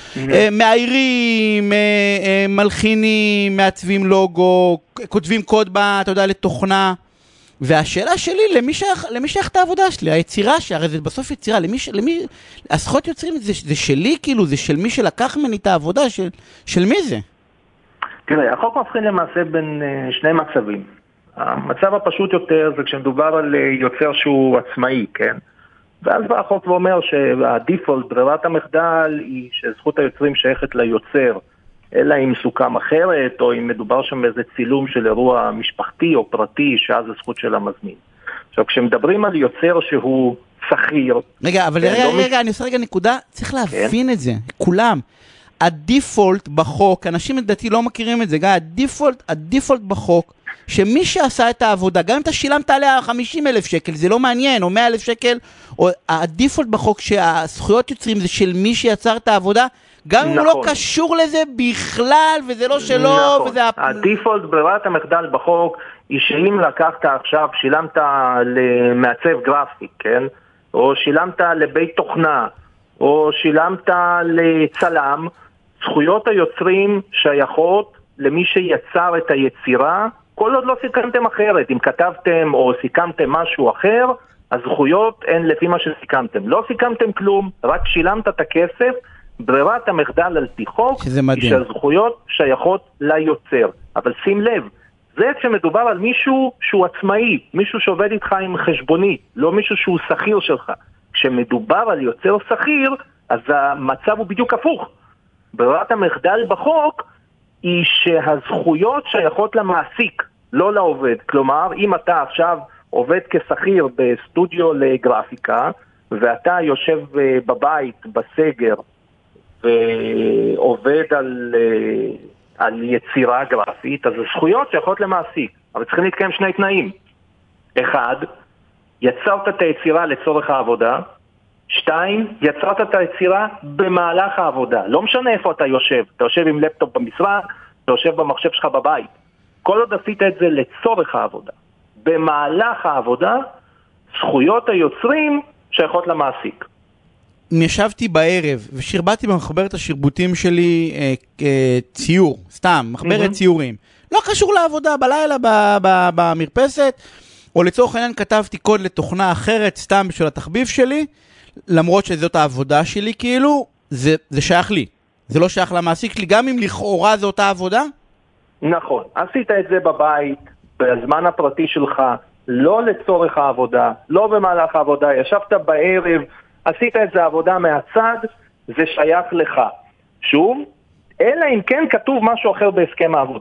מאיירים, מלחינים, מעצבים לוגו, כותבים קוד בה, אתה יודע, לתוכנה. והשאלה שלי, למי שייך את העבודה שלי? היצירה, שהרי זה בסוף יצירה, למי, הזכויות יוצרים, זה שלי כאילו, זה של מי שלקח ממני את העבודה, של מי זה? תראה, החוק מבחין למעשה בין שני מצבים. המצב הפשוט יותר זה כשמדובר על יוצר שהוא עצמאי, כן? ואז בא החוק ואומר שהדיפולט, ברירת המחדל, היא שזכות היוצרים שייכת ליוצר, אלא אם סוכם אחרת, או אם מדובר שם באיזה צילום של אירוע משפחתי או פרטי, שאז זכות של המזמין. עכשיו, כשמדברים על יוצר שהוא שכיר... רגע, אבל רגע, אני עושה רגע נקודה, צריך להבין את זה, כולם. הדיפולט בחוק, אנשים לדעתי לא מכירים את זה, גיא, הדיפולט בחוק, שמי שעשה את העבודה, גם אם אתה שילמת עליה 50,000 שקל, זה לא מעניין, או 100,000 שקל, או הדיפולט בחוק שהזכויות יוצרים זה של מי שיצר את העבודה, גם אם הוא לא קשור לזה בכלל, וזה לא שלו, וזה... הדיפולט ברירת המחדל בחוק, היא שאם לקחת עכשיו, שילמת למעצב גרפי, כן? או שילמת לבית תוכנה, או שילמת לצלם, זכויות היוצרים שייכות למי שיצר את היצירה, כל עוד לא סיכמתם אחרת. אם כתבתם או סיכמתם משהו אחר, הזכויות הן לפי מה שסיכמתם. לא סיכמתם כלום, רק שילמת את הכסף, ברירת המחדל על פי חוק, היא שהזכויות שייכות ליוצר. אבל שים לב, זה כשמדובר על מישהו שהוא עצמאי, מישהו שעובד איתך עם חשבונית, לא מישהו שהוא שכיר שלך. כשמדובר על יוצר שכיר, אז המצב הוא בדיוק הפוך. ברירת המחדל בחוק היא שהזכויות שייכות למעסיק, לא לעובד. כלומר, אם אתה עכשיו עובד כשכיר בסטודיו לגרפיקה, ואתה יושב בבית, בסגר, ועובד על יצירה גרפית, אז הזכויות שייכות למעסיק. אבל צריכים להתקיים שני תנאים. אחד, יצרת את היצירה לצורך העבודה. 2, יצרת את היצירה במהלך העבודה. לא משנה איפה אתה יושב. אתה יושב עם לפטופ במשרד, אתה יושב במחשב שלך בבית. כל עוד עשית את זה לצורך העבודה. במהלך העבודה, זכויות היוצרים שייכות למעסיק. ישבתי בערב ושרבטתי במחברת השרבוטים שלי ציור, סתם, מחברת ציורים. לא קשור לעבודה, בלילה במרפסת, או לצורך העניין כתבתי קוד לתוכנה אחרת, סתם בשביל התחביב שלי, למרות שזאת העבודה שלי, כאילו, זה שייך לי. זה לא שייך למעסיק שלי, גם אם לכאורה זו אותה עבודה? נכון. עשית את זה בבית, בזמן הפרטי שלך, לא לצורך העבודה, לא במהלך העבודה, ישבת בערב, עשית את זה עבודה מהצד, זה שייך לך. שוב, אלא אם כן כתוב משהו אחר בהסכם העבודה.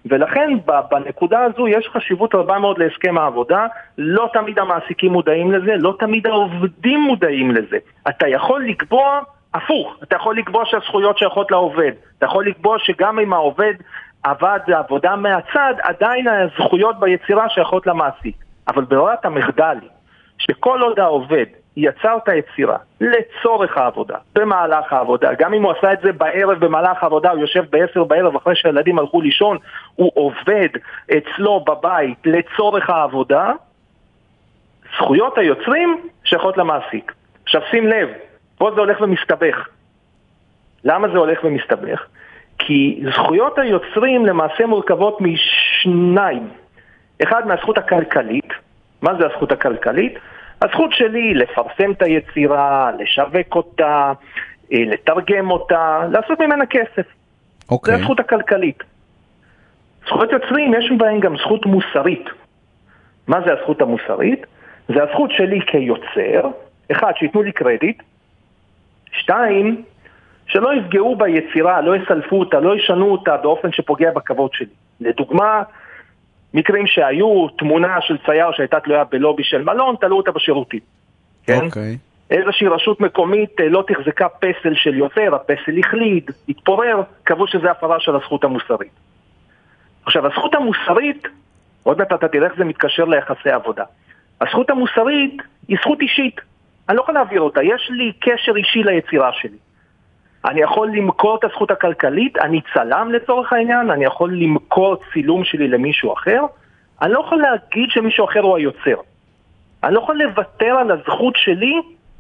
ולכן בנקודה הזו יש חשיבות רבה מאוד להסכם העבודה, לא תמיד המעסיקים מודעים לזה, לא תמיד העובדים מודעים לזה. אתה יכול לקבוע הפוך, אתה יכול לקבוע שהזכויות שייכות לעובד, אתה יכול לקבוע שגם אם העובד עבד עבודה מהצד, עדיין הזכויות ביצירה שייכות למעסיק. אבל ברירת המחדל היא שכל עוד העובד יצר את היצירה לצורך העבודה, במהלך העבודה, גם אם הוא עשה את זה בערב במהלך העבודה, הוא יושב ב10 בערב אחרי שהילדים הלכו לישון, הוא עובד אצלו בבית לצורך העבודה, זכויות היוצרים שייכות למעסיק. עכשיו שים לב, פה זה הולך ומסתבך. למה זה הולך ומסתבך? כי זכויות היוצרים למעשה מורכבות משניים. אחד מהזכות הכלכלית. מה זה הזכות הכלכלית? הזכות שלי לפרסם את היצירה, לשווק אותה, לתרגם אותה, לעשות ממנה כסף. זה הזכות הכלכלית. זכויות יוצרים יש בהן גם זכות מוסרית. מה זה הזכות המוסרית? זה הזכות שלי כיוצר, אחד, שיתנו לי קרדיט, שתיים, שלא יפגעו ביצירה, לא יסלפו אותה, לא ישנו אותה באופן שפוגע בכבוד שלי. לדוגמה, מקרים שהיו תמונה של צייר שהייתה תלויה בלובי של מלון, תלו אותה בשירותים. כן? איזושהי רשות מקומית לא תחזקה פסל של יוצר, הפסל החליד, התפורר, קבעו שזה הפרה של הזכות המוסרית. עכשיו, הזכות המוסרית, עוד מעט אתה תראה איך זה מתקשר ליחסי עבודה. הזכות המוסרית היא זכות אישית. אני לא יכול להעביר אותה, יש לי קשר אישי ליצירה שלי. אני יכול למכור את הזכות הכלכלית, אני צלם לצורך העניין, אני יכול למכור צילום שלי למישהו אחר, אני לא יכול להגיד שמישהו אחר הוא היוצר. אני לא יכול לוותר על הזכות שלי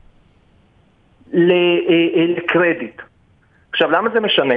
לקרדיט. עכשיו, למה זה משנה?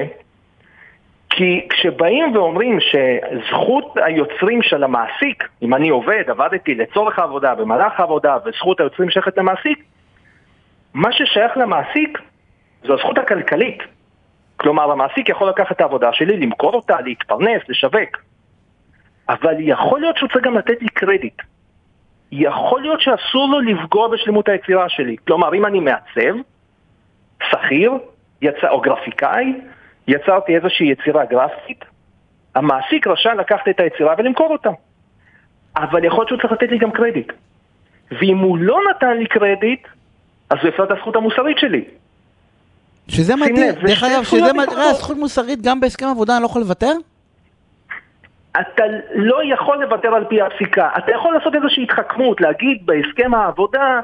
כי כשבאים ואומרים שזכות היוצרים של המעסיק, אם אני עבדתי לצורך העבודה, במהלך העבודה, וזכות היוצרים שייכת למעסיק, מה ששייך למעסיק זו הזכות הכלכלית. כלומר, המעסיק יכול לקחת את העבודה שלי, למכור אותה, להתפרנס, לשווק. אבל יכול להיות שהוא צריך גם לתת לי קרדיט. יכול להיות שאסור לו לפגוע בשלמות היצירה שלי. כלומר, אם אני מעצב, שכיר, או גרפיקאי, יצרתי איזושהי יצירה גרפית, המעסיק רשאי לקחת את היצירה ולמכור אותה. אבל יכול להיות שהוא צריך לתת לי גם קרדיט. ואם הוא לא נתן לי קרדיט, אז הוא הפר את הזכות המוסרית שלי. שזה מדהים, דרך אגב, שזה מדהים, הזכות מוסרית גם בהסכם עבודה אני לא יכול לוותר? אתה לא יכול לוותר על פי הפסיקה. אתה יכול לעשות איזושהי התחכמות, להגיד בהסכם העבודה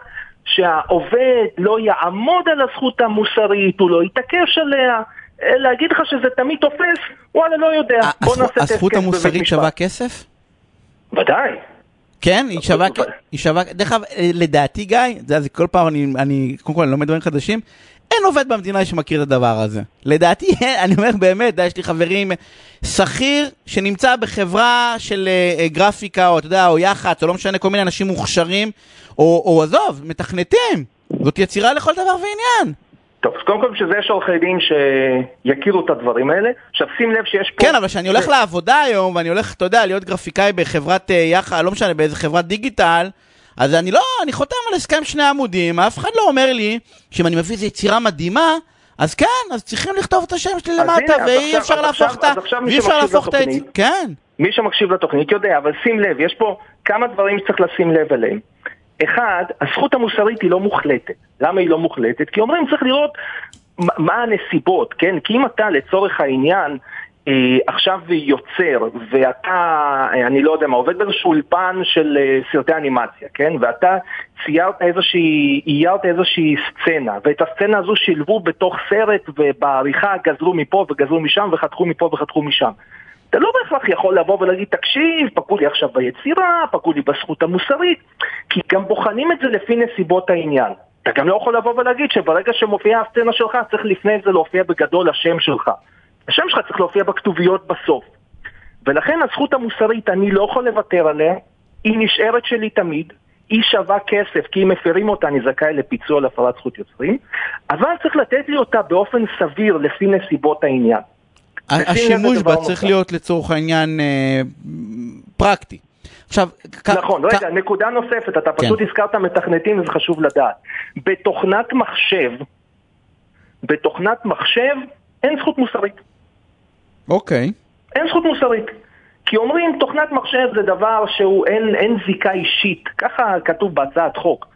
שהעובד לא יעמוד על הזכות המוסרית, הוא לא יתעקש עליה, להגיד לך שזה תמיד תופס, וואלה לא יודע. הזכות המוסרית שווה כסף? ודאי. כן, היא שווה, דרך אגב, לדעתי גיא, זה כל פעם אני קודם כל אני לומד דברים חדשים, אין עובד במדינה שמכיר את הדבר הזה. לדעתי, אני אומר באמת, יש לי חברים, שכיר שנמצא בחברה של גרפיקה, או אתה יודע, או יח"צ, או לא משנה, כל מיני אנשים מוכשרים, או עזוב, מתכנתים. זאת יצירה לכל דבר ועניין. טוב, אז קודם כל שזה יש עורכי דין שיכירו את הדברים האלה. עכשיו שים לב שיש פה... כן, אבל שאני הולך לעבודה היום, ואני הולך, אתה יודע, להיות גרפיקאי בחברת יח"צ, לא משנה, באיזה חברת דיגיטל, אז אני חותם על הסכם 2 עמודים, אף אחד לא אומר לי שאם אני מביא איזו יצירה מדהימה, אז כן, אז צריכים לכתוב את השם שלי למטה, ואי אפשר להפוך את ה... כן. מי שמקשיב לתוכנית יודע, אבל שים לב, יש פה כמה דברים שצריך לשים לב אליהם. אחד, הזכות המוסרית היא לא מוחלטת. למה היא לא מוחלטת? כי אומרים צריך לראות מה הנסיבות, כן? כי אם אתה לצורך העניין עכשיו יוצר, ואתה, אני לא יודע מה, עובד באיזשהו אולפן של סרטי אנימציה, כן? ואתה ציירת איזושהי סצנה, ואת הסצנה הזו שילבו בתוך סרט, ובעריכה גזרו מפה וגזרו משם, וחתכו מפה וחתכו משם. אתה לא בהכרח יכול לבוא ולהגיד, תקשיב, פגעו לי עכשיו ביצירה, פגעו לי בזכות המוסרית, כי גם בוחנים את זה לפי נסיבות העניין. אתה גם לא יכול לבוא ולהגיד שברגע שמופיעה הסצנה שלך, צריך לפני זה להופיע בגדול השם שלך. השם שלך צריך להופיע בכתוביות בסוף. ולכן הזכות המוסרית, אני לא יכול לוותר עליה, היא נשארת שלי תמיד, היא שווה כסף, כי אם מפרים אותה, אני זכאי לפיצוי על הפרת זכות יוצרים, אבל צריך לתת לי אותה באופן סביר לפי נסיבות העניין. השימוש בה צריך להיות לצורך העניין פרקטי. עכשיו, נכון, רגע, נקודה נוספת, אתה פשוט הזכרת מתכנתים, וזה חשוב לדעת. בתוכנת מחשב אין זכות מוסרית. אוקיי. אין זכות מוסרית. כי אומרים, תוכנת מחשב זה דבר שהוא אין זיקה אישית, ככה כתוב בהצעת חוק,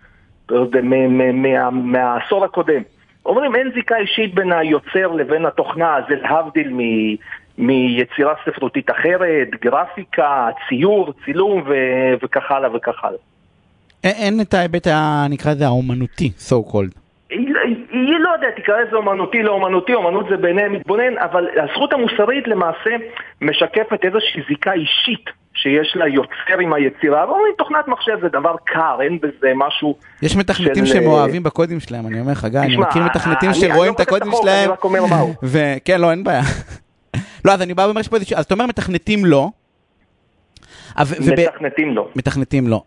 מהעשור הקודם. אומרים, אין זיקה אישית בין היוצר לבין התוכנה, זה להבדיל מיצירה ספרותית אחרת, גרפיקה, ציור, צילום וכך הלאה וכך הלאה. אין את ההיבט, נקרא זה האומנותי, so called. היא לא יודעת, תקרא לזה אומנותי, לא אומנותי, אומנות זה בעיני מתבונן, אבל הזכות המוסרית למעשה משקפת איזושהי זיקה אישית שיש לה יוצר עם היצירה, ואומרים, תוכנת מחשב זה דבר קר, אין בזה משהו... יש מתכנתים שהם אוהבים בקודים שלהם, אני אומר לך, גיא, אני מכיר מתכנתים שרואים את הקודים שלהם, אני רק אומר מהו. וכן, לא, אין בעיה. לא, אז אני בא ואומר שפה איזושהי, אז אתה אומר מתכנתים לא, מתכנתים לא.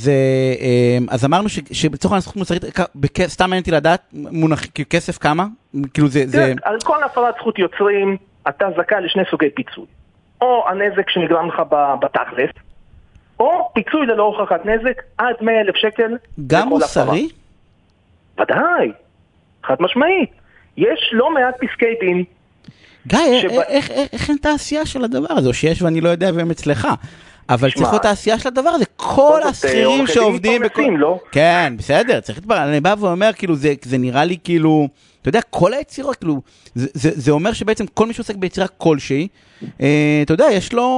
אז אמרנו שבצורך הזכות מוסרית, סתם מעניינתי לדעת, כסף כמה? כאילו זה... על כל הפרת זכות יוצרים, אתה זכאי לשני סוגי פיצוי. או הנזק שנגרם לך בתכלס, או פיצוי ללא הוכחת נזק עד 100,000 שקל. גם מוסרי? ודאי, חד משמעית. יש לא מעט פסקי דין. גיא, איך אין תעשייה של הדבר הזה? או שיש ואני לא יודע והם אצלך. אבל צריך להיות העשייה של הדבר הזה, כל השכירים שעובדים... כן, בסדר, צריך להתברר, אני בא ואומר, כאילו, זה נראה לי כאילו, אתה יודע, כל היצירות, כאילו, זה אומר שבעצם כל מי שעוסק ביצירה כלשהי, אתה יודע, יש לו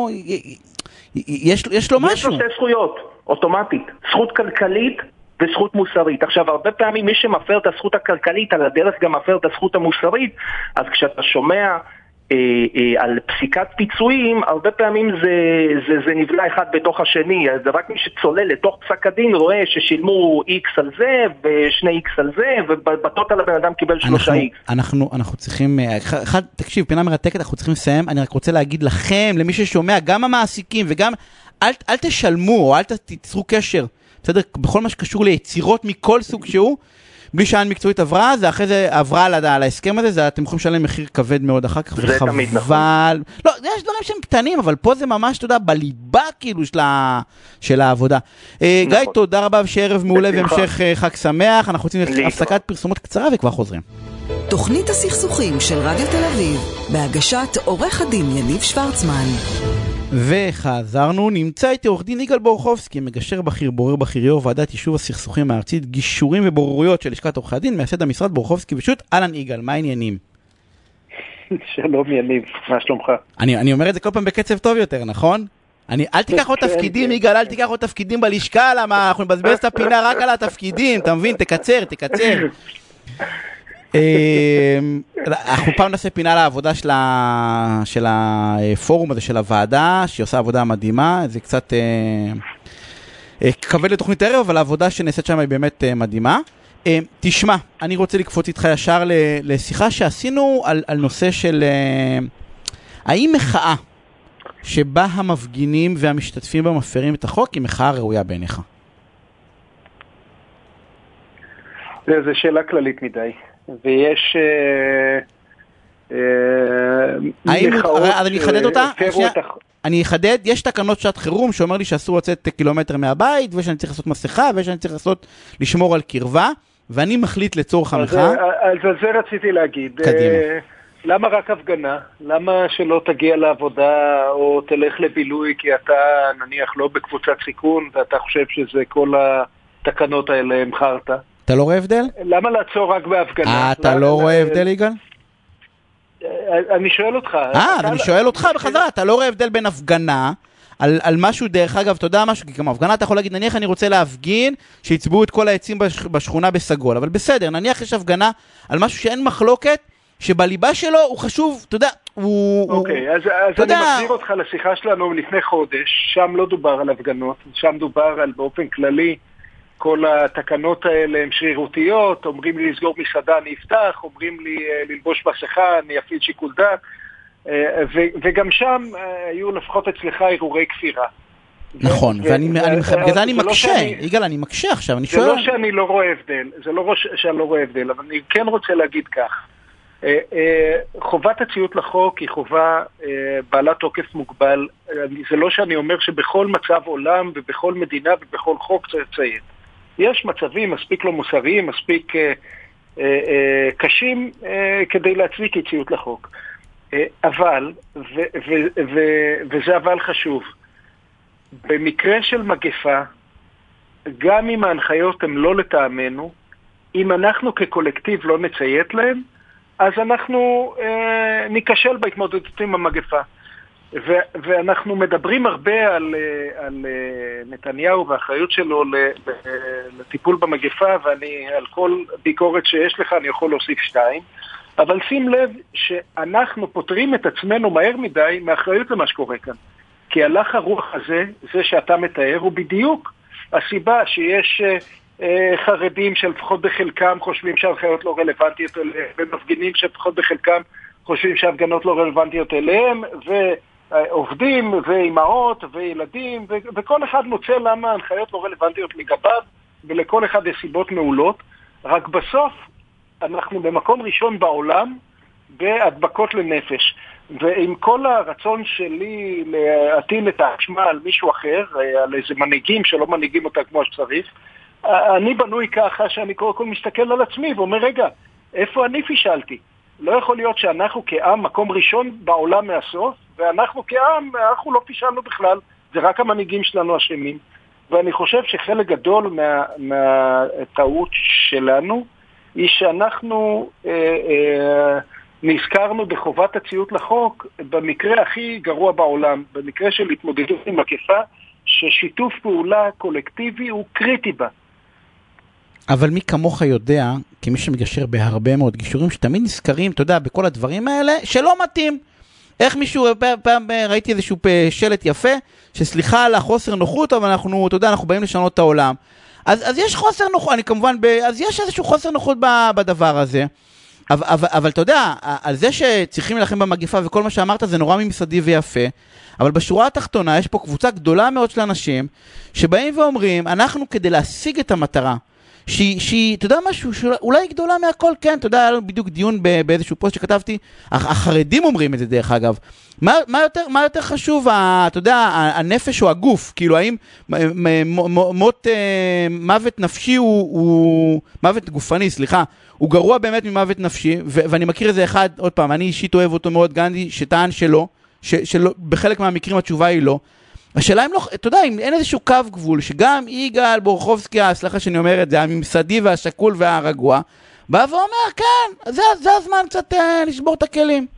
משהו. יש לו שתי זכויות, אוטומטית, זכות כלכלית וזכות מוסרית. עכשיו, הרבה פעמים מי שמפר את הזכות הכלכלית, על הדרך גם מפר את הזכות המוסרית, אז כשאתה שומע... על פסיקת פיצויים, הרבה פעמים זה נבלע אחד בתוך השני, זה רק מי שצולל לתוך פסק הדין רואה ששילמו X על זה ושני X על זה, ובטוטל הבן אדם קיבל 3X. אנחנו צריכים, תקשיב, פינה מרתקת, אנחנו צריכים לסיים, אני רק רוצה להגיד לכם, למי ששומע, גם המעסיקים וגם, אל תשלמו או אל תיצרו קשר, בסדר? בכל מה שקשור ליצירות מכל סוג שהוא, בלי שען מקצועית עברה, זה אחרי זה עברה על ההסכם הזה, זה אתם יכולים לשלם מחיר כבד מאוד אחר כך, זה תמיד נכון. לא, יש דברים שהם קטנים, אבל פה זה ממש, אתה יודע, בליבה כאילו של העבודה. גיא, תודה רבה ושערב מעולה והמשך חג שמח, אנחנו רוצים הפסקת פרסומות קצרה וכבר חוזרים. תוכנית הסכסוכים של רדיו תל אביב, בהגשת עורך הדין יניב שוורצמן. וחזרנו, נמצא איתי עורך דין יגאל בורחובסקי, מגשר בכיר, בורר בכיר, יו"ר ועדת יישוב הסכסוכים הארצית, גישורים ובוררויות של לשכת עורכי הדין, מייסד המשרד בורחובסקי פשוט. אהלן יגאל, מה העניינים? שלום יניב, מה שלומך? אני אומר את זה כל פעם בקצב טוב יותר, נכון? אל תיקח עוד תפקידים, יגאל, אל תיקח עוד תפקידים בלשכה, למה אנחנו נבזבז את הפינה רק על התפקידים, אתה מבין? תקצר. אנחנו פעם נעשה פינה לעבודה של הפורום הזה, של הוועדה, שהיא עושה עבודה מדהימה, זה קצת כבד לתוכנית ערב, אבל העבודה שנעשית שם היא באמת מדהימה. תשמע, אני רוצה לקפוץ איתך ישר לשיחה שעשינו על נושא של האם מחאה שבה המפגינים והמשתתפים בה מפרים את החוק היא מחאה ראויה בעיניך? זו שאלה כללית מדי. ויש אז אני אחדד אותה, אני אחדד, יש תקנות שעת חירום שאומר לי שאסור לצאת קילומטר מהבית, ושאני צריך לעשות מסכה, ושאני צריך לשמור על קרבה, ואני מחליט לצורך המחאה. על זה רציתי להגיד. למה רק הפגנה? למה שלא תגיע לעבודה או תלך לבילוי, כי אתה נניח לא בקבוצת סיכון, ואתה חושב שזה כל התקנות האלה הם חרטה? אתה לא רואה הבדל? למה לעצור רק בהפגנה? אתה לא רואה הבדל, יגאל? אני שואל אותך. אני שואל אותך בחזרה, אתה לא רואה הבדל בין הפגנה, על משהו דרך אגב, אתה יודע משהו, כי גם הפגנה אתה יכול להגיד, נניח אני רוצה להפגין, שיצבעו את כל העצים בשכונה בסגול, אבל בסדר, נניח יש הפגנה על משהו שאין מחלוקת, שבליבה שלו הוא חשוב, אתה יודע, אוקיי, אז אני מחזיר אותך לשיחה שלנו לפני חודש, שם לא דובר על הפגנות, שם דובר על באופן כללי, כל התקנות האלה הן שרירותיות, אומרים לי לסגור מסעדה, אני אפתח, אומרים לי ללבוש מסכה, אני אפעיל שיקול דעת, וגם שם היו לפחות אצלך ערעורי כפירה. נכון, ובגלל אני מקשה, יגאל, אני מקשה עכשיו, אני שואל... זה לא שאני לא רואה הבדל, זה לא שאני לא רואה הבדל, אבל אני כן רוצה להגיד כך. חובת הציות לחוק היא חובה בעלת תוקף מוגבל, זה לא שאני אומר שבכל מצב עולם ובכל מדינה ובכל חוק צריך לציית. יש מצבים מספיק לא מוסריים, מספיק קשים כדי להצדיק הציות לחוק. אבל, וזה אבל חשוב, במקרה של מגפה, גם אם ההנחיות הן לא לטעמנו, אם אנחנו כקולקטיב לא נציית להם, אז אנחנו ניקשל בהתמודדות עם המגפה. ואנחנו מדברים הרבה על נתניהו והאחריות שלו לטיפול במגפה, ואני על כל ביקורת שיש לך אני יכול להוסיף 2, אבל שים לב שאנחנו פותרים את עצמנו מהר מדי מאחריות למה שקורה כאן. כי הלך הרוח הזה, זה שאתה מתאר, הוא בדיוק הסיבה שיש חרדים שלפחות בחלקם חושבים שההנחיות לא רלוונטיות אליהם, ומפגינים שלפחות בחלקם חושבים שההפגנות לא רלוונטיות אליהם, ועובדים ואימהות וילדים, וכל אחד מוצא למה ההנחיות לא רלוונטיות לגביו, ולכל אחד יש סיבות מעולות. רק בסוף אנחנו במקום ראשון בעולם בהדבקות לנפש. ועם כל הרצון שלי להטיל את האשמה על מישהו אחר, על איזה מנהיגים שלא מנהיגים אותה כמו שצריך, אני בנוי ככה שאני קודם כל מסתכל על עצמי ואומר, רגע, איפה אני פישלתי? לא יכול להיות שאנחנו כעם מקום ראשון בעולם מהסוף, ואנחנו כעם, אנחנו לא פישלנו בכלל, זה רק המנהיגים שלנו אשמים. ואני חושב שחלק גדול מהטעות שלנו היא שאנחנו נזכרנו בחובת הציות לחוק במקרה הכי גרוע בעולם, במקרה של התמודדות עם מגפה, ששיתוף פעולה קולקטיבי הוא קריטי בה. אבל מי כמוך יודע, כמי שמגשר בהרבה מאוד גישורים, שתמיד נזכרים, אתה יודע, בכל הדברים האלה, שלא מתאים. איך מישהו, פעם ראיתי איזשהו שלט יפה, שסליחה על החוסר נוחות, אבל אנחנו, אתה יודע, אנחנו באים לשנות את העולם. אז יש חוסר נוחות, אני כמובן, אז יש איזשהו חוסר נוחות בדבר הזה. אבל אתה יודע, על זה שצריכים להילחם במגפה וכל מה שאמרת זה נורא ממסדי ויפה, אבל בשורה התחתונה יש פה קבוצה גדולה מאוד של אנשים שבאים ואומרים, אנחנו כדי להשיג את המטרה, שהיא, אתה יודע משהו, שאולי גדולה מהכל, כן, אתה יודע, היה לנו בדיוק דיון באיזשהו פוסט שכתבתי, החרדים אומרים את זה דרך אגב, מה יותר חשוב, אתה יודע, הנפש או הגוף, כאילו האם מוות נפשי מוות גופני, סליחה, הוא גרוע באמת ממוות נפשי, ואני מכיר איזה אחד, עוד פעם, אני אישית אוהב אותו מאוד, גנדי, שטען שלא, בחלק מהמקרים התשובה היא לא. השאלה אם לא, אתה יודע, אם אין איזשהו קו גבול, שגם יגאל בורחובסקי, סליחה שאני אומר את זה, הממסדי והשקול והרגוע, בא ואומר, כן, זה הזמן קצת לשבור את הכלים.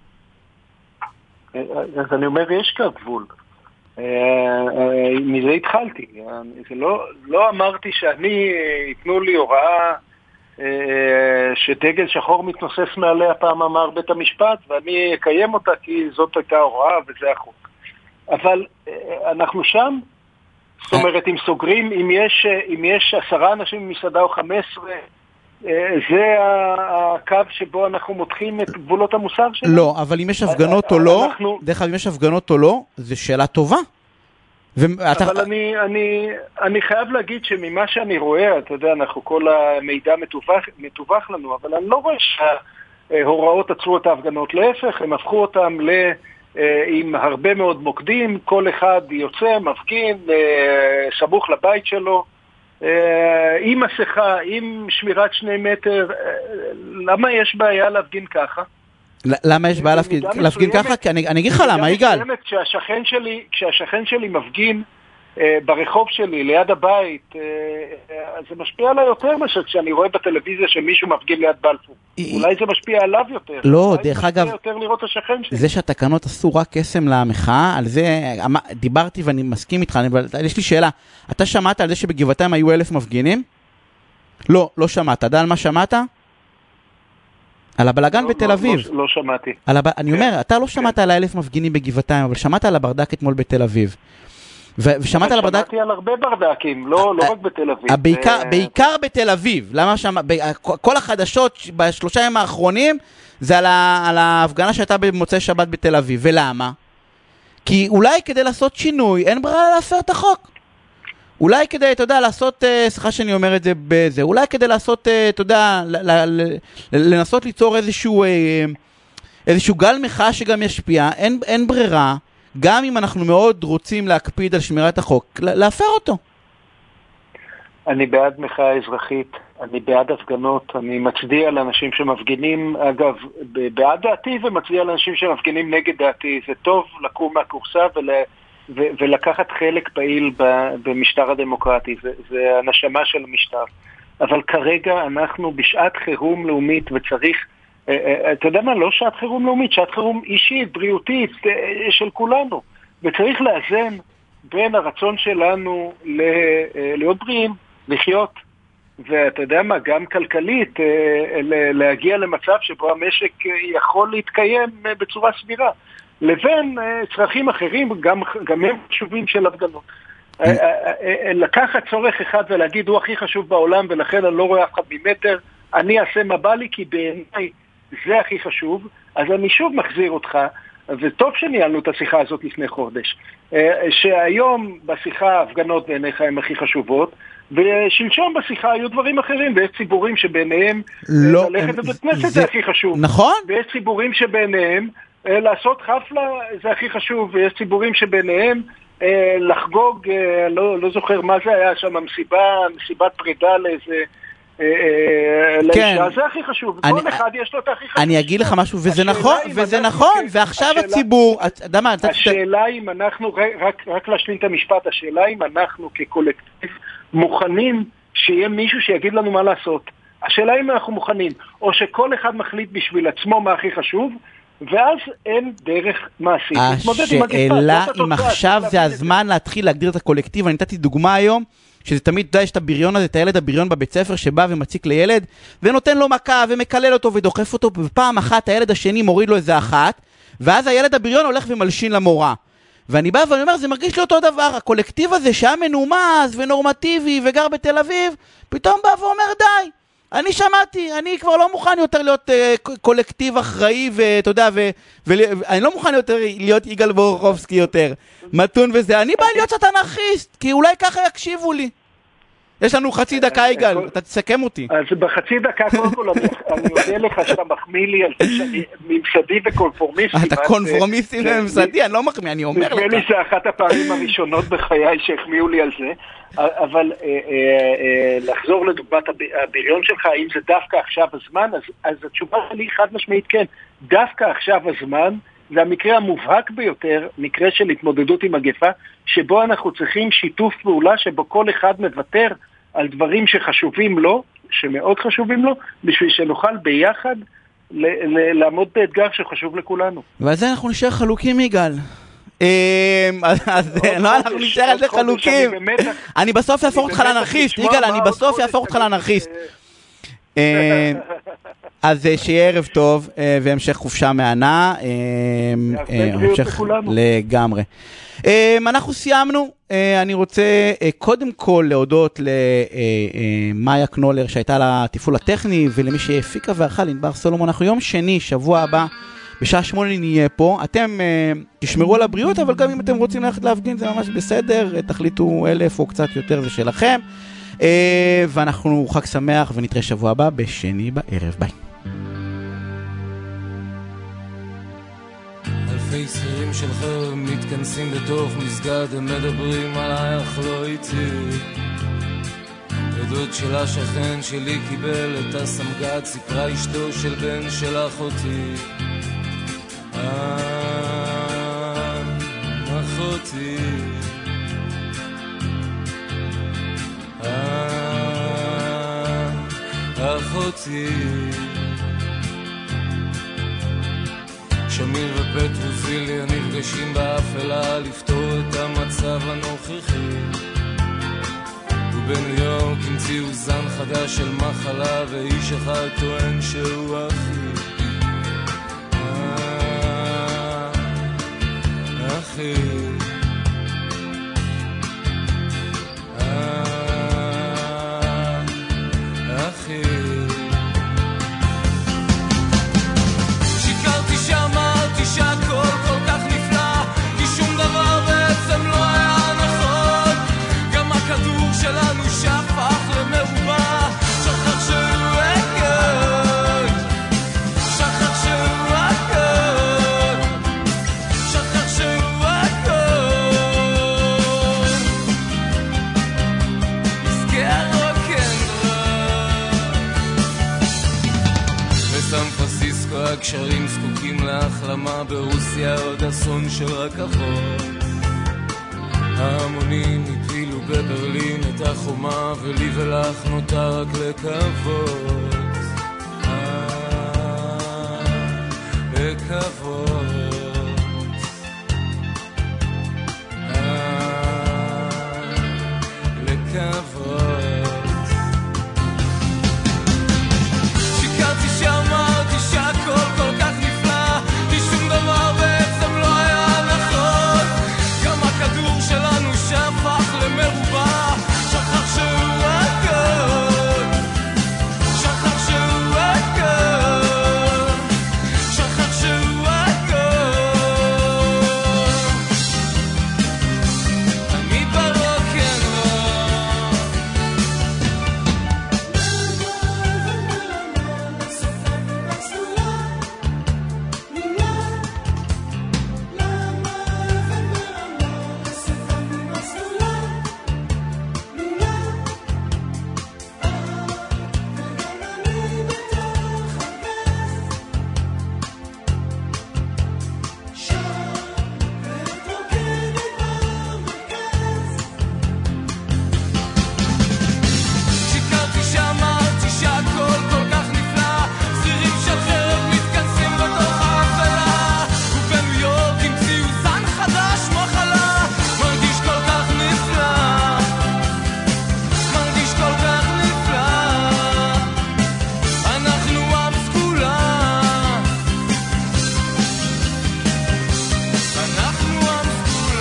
אז אני אומר, יש קו גבול. מזה התחלתי. לא אמרתי שאני, יתנו לי הוראה, שדגל שחור מתנוסס מעליה פעם אמר בית המשפט, ואני אקיים אותה כי זאת הייתה הוראה וזה החוק. אבל אנחנו שם, זאת אומרת, אם סוגרים, אם יש 10 אנשים במסעדה או 15, זה הקו שבו אנחנו מותחים את גבולות המוסר שלנו. לא, אבל אם יש הפגנות או לא, דרך אגב, אם יש הפגנות או לא, זו שאלה טובה. אבל אני חייב להגיד שממה שאני רואה, אתה יודע, אנחנו כל המידע מתווך לנו, אבל אני לא רואה שההוראות עצרו את ההפגנות, להפך, הם הפכו אותם עם הרבה מאוד מוקדים, כל אחד יוצא, מפגין, סמוך לבית שלו, עם מסכה, עם שמירת 2 מטר, למה יש בעיה להפגין ככה? למה יש בעיה להפגין ככה? כי אני אגיד לך למה, יגאל. כשהשכן שלי מפגין ברחוב שלי, ליד הבית, זה משפיע עליי יותר מאשר כשאני רואה בטלוויזיה שמישהו מפגין ליד בלפור. אולי זה משפיע עליו יותר. לא, דרך אגב, זה שהתקנות עשו רק קסם למחאה, על זה דיברתי ואני מסכים איתך, אבל יש לי שאלה. אתה שמעת על זה שבגבעתיים היו 1,000 מפגינים? לא, לא שמעת. אתה יודע על מה שמעת? על הבלגן בתל אביב. לא שמעתי. אני אומר, אתה לא שמעת על 1,000 מפגינים בגבעתיים, אבל שמעת על הברדק אתמול בתל אביב. ושמעת על הברדק... שמעתי על הרבה ברדקים, לא רק בתל אביב. בעיקר בתל אביב. למה כל החדשות ב3 ימים האחרונים זה על ההפגנה שהייתה במוצאי שבת בתל אביב. ולמה? כי אולי כדי לעשות שינוי, אין ברירה להפר את החוק. אולי כדי, אתה יודע, לעשות, סליחה שאני אומר את זה בזה, אולי כדי לעשות, אתה יודע, לנסות ליצור איזשהו גל מחאה שגם ישפיע, אין ברירה, גם אם אנחנו מאוד רוצים להקפיד על שמירת החוק, להפר אותו. אני בעד מחאה אזרחית, אני בעד הפגנות, אני מצדיע לאנשים שמפגינים, אגב, בעד דעתי ומצדיע לאנשים שמפגינים נגד דעתי. זה טוב לקום מהקורסה ולקחת חלק פעיל במשטר הדמוקרטי, זה הנשמה של המשטר. אבל כרגע אנחנו בשעת חירום לאומית וצריך, אתה יודע מה, לא שעת חירום לאומית, שעת חירום אישית, בריאותית, של כולנו. וצריך לאזן בין הרצון שלנו להיות בריאים, לחיות, ואתה יודע מה, גם כלכלית, להגיע למצב שבו המשק יכול להתקיים בצורה סבירה, לבין צרכים אחרים, גם הם חשובים של הפגנות. לקחת צורך אחד ולהגיד, הוא הכי חשוב בעולם, ולכן אני לא רואה אף אחד ממטר, אני אעשה מה בא לי, כי בעיניי זה הכי חשוב, אז אני שוב מחזיר אותך, וטוב שניהלנו את השיחה הזאת לפני חודש, שהיום בשיחה ההפגנות בעיניך הן הכי חשובות, ושלשום בשיחה היו דברים אחרים, ויש ציבורים שביניהם ללכת לבית כנסת זה הכי חשוב. נכון. ויש ציבורים שביניהם לעשות חפלה זה הכי חשוב, ויש ציבורים שביניהם לחגוג, לא זוכר מה זה היה שם, מסיבת פרידה לאיזה לאישה, זה הכי חשוב. כל אחד יש לו את הכי חשוב. אני אגיד לך משהו, וזה נכון, ועכשיו הציבור, השאלה אם אנחנו, רק להשלים את המשפט, השאלה אם אנחנו כקולקטיב מוכנים שיהיה מישהו שיגיד לנו מה לעשות. השאלה אם אנחנו מוכנים, או שכל אחד מחליט בשביל עצמו מה הכי חשוב, ואז אין דרך מעשית. השאלה אם עכשיו זה הזמן להתחיל להגדיר את הקולקטיב. אני נתתי דוגמה היום, שזה תמיד, יש את הבריון הזה, את הילד הבריון בבית ספר שבא ומציק לילד, ונותן לו מכה ומקלל אותו ודוחף אותו, ופעם אחת הילד השני מוריד לו איזה אחת, ואז הילד הבריון הולך ומלשין למורה. ואני בא ואני אומר, זה מרגיש לי אותו דבר, הקולקטיב הזה שהיה מנומס ונורמטיבי וגר בתל אביב, פתאום בא ואומר די. אני שמעתי, אני כבר לא מוכן יותר להיות קולקטיב אחראי, ואתה יודע, ואני לא מוכן יותר להיות יגאל בורחובסקי יותר, מתון וזה, אני בא להיות אנרכיסט, כי אולי ככה יקשיבו לי. יש לנו חצי דקה, יגאל, אתה תסכם אותי. אז בחצי דקה, קודם כל, אני יודע לך שאתה מחמיא לי על זה שאני ממסדי וקונפורמיסטי. אתה קונפורמיסטי וממסדי, אני לא מחמיא, אני אומר לך. נדמה לי שאחת הפעמים הראשונות בחיי שהחמיאו לי על זה, אבל לחזור לדוגמת הבריון שלך, האם זה דווקא עכשיו הזמן, אז התשובה שלי חד משמעית כן, דווקא עכשיו הזמן, זה המקרה המובהק ביותר, מקרה של התמודדות עם מגפה, שבו אנחנו צריכים שיתוף פעולה, שבו כל אחד מוותר על דברים שחשובים לו, שמאוד חשובים לו, בשביל שנוכל ביחד לעמוד באתגר שחשוב לכולנו. ועל זה אנחנו נשאר חלוקים, יגאל. אז לא, אנחנו נשאר על זה חלוקים. אני בסוף יהפוך אותך לאנרכיסט, יגאל, אני בסוף יהפוך אותך לאנרכיסט. אז שיהיה ערב טוב והמשך חופשה מענה, המשך לגמרי. אנחנו סיימנו. אני רוצה קודם כל להודות למאיה קנולר שהייתה לה תפעול הטכני, ולמי שהפיקה וערכה לנבר סולומון. אנחנו יום שני, שבוע הבא בשעה 8 נהיה פה. אתם תשמרו על הבריאות, אבל גם אם אתם רוצים ללכת להפגין זה ממש בסדר, תחליטו 1,000 או קצת יותר, זה שלכם. ואנחנו חג שמח ונתראה שבוע הבא בשני בערב. ביי. אלפי שכירים של חרב מתכנסים בתוך מסגד, הם מדברים עלייך לא איתי. עדות של השכן שלי קיבל את הסמגד, סיפרה אשתו של בן של אחותי. אחותי אחותי. שמיר ופטרוזיליה נפגשים באפלה לפתור את המצב הנוכחי, ובניו יורק המציאו זן חדש של מחלה, ואיש אחד טוען שהוא אחי. אחי אחי. שיקרתי שאמרתי שהכל כל כך נפלא, כי שום דבר בעצם לא היה נכון. גם הכדור שלנו שהפך למרובע, שכח שהוא הכל, שכח שהוא הכל, שכח שהוא הכל. הקשרים זקוקים להחלמה, ברוסיה עוד אסון של רכבות. ההמונים הפילו בברלין את החומה, ולי ולך נותר רק לקוות, לקוות, לקוות. שיקרתי שאמרתי שהכל כל כך נפלא, כי שום דבר בעצם לא היה נכון. גם הכדור שלנו שהפך למרובע, שכח שהוא הכל, שכח שהוא הכל, שכח שהוא הכל. אני ברוקנרול. שיקרתי שאמרתי שהכל כל כך נפלא, זירים של חרב מתכנסים בתוך האפלה, ובניו יורק המציאו זן חדש מחלה. מרגיש כל כך נפלא, מרגיש כל כך נפלא. אנחנו עם סגולה, אנחנו עם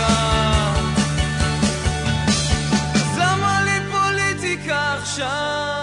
סגולה. אז למה לי פוליטיקה עכשיו?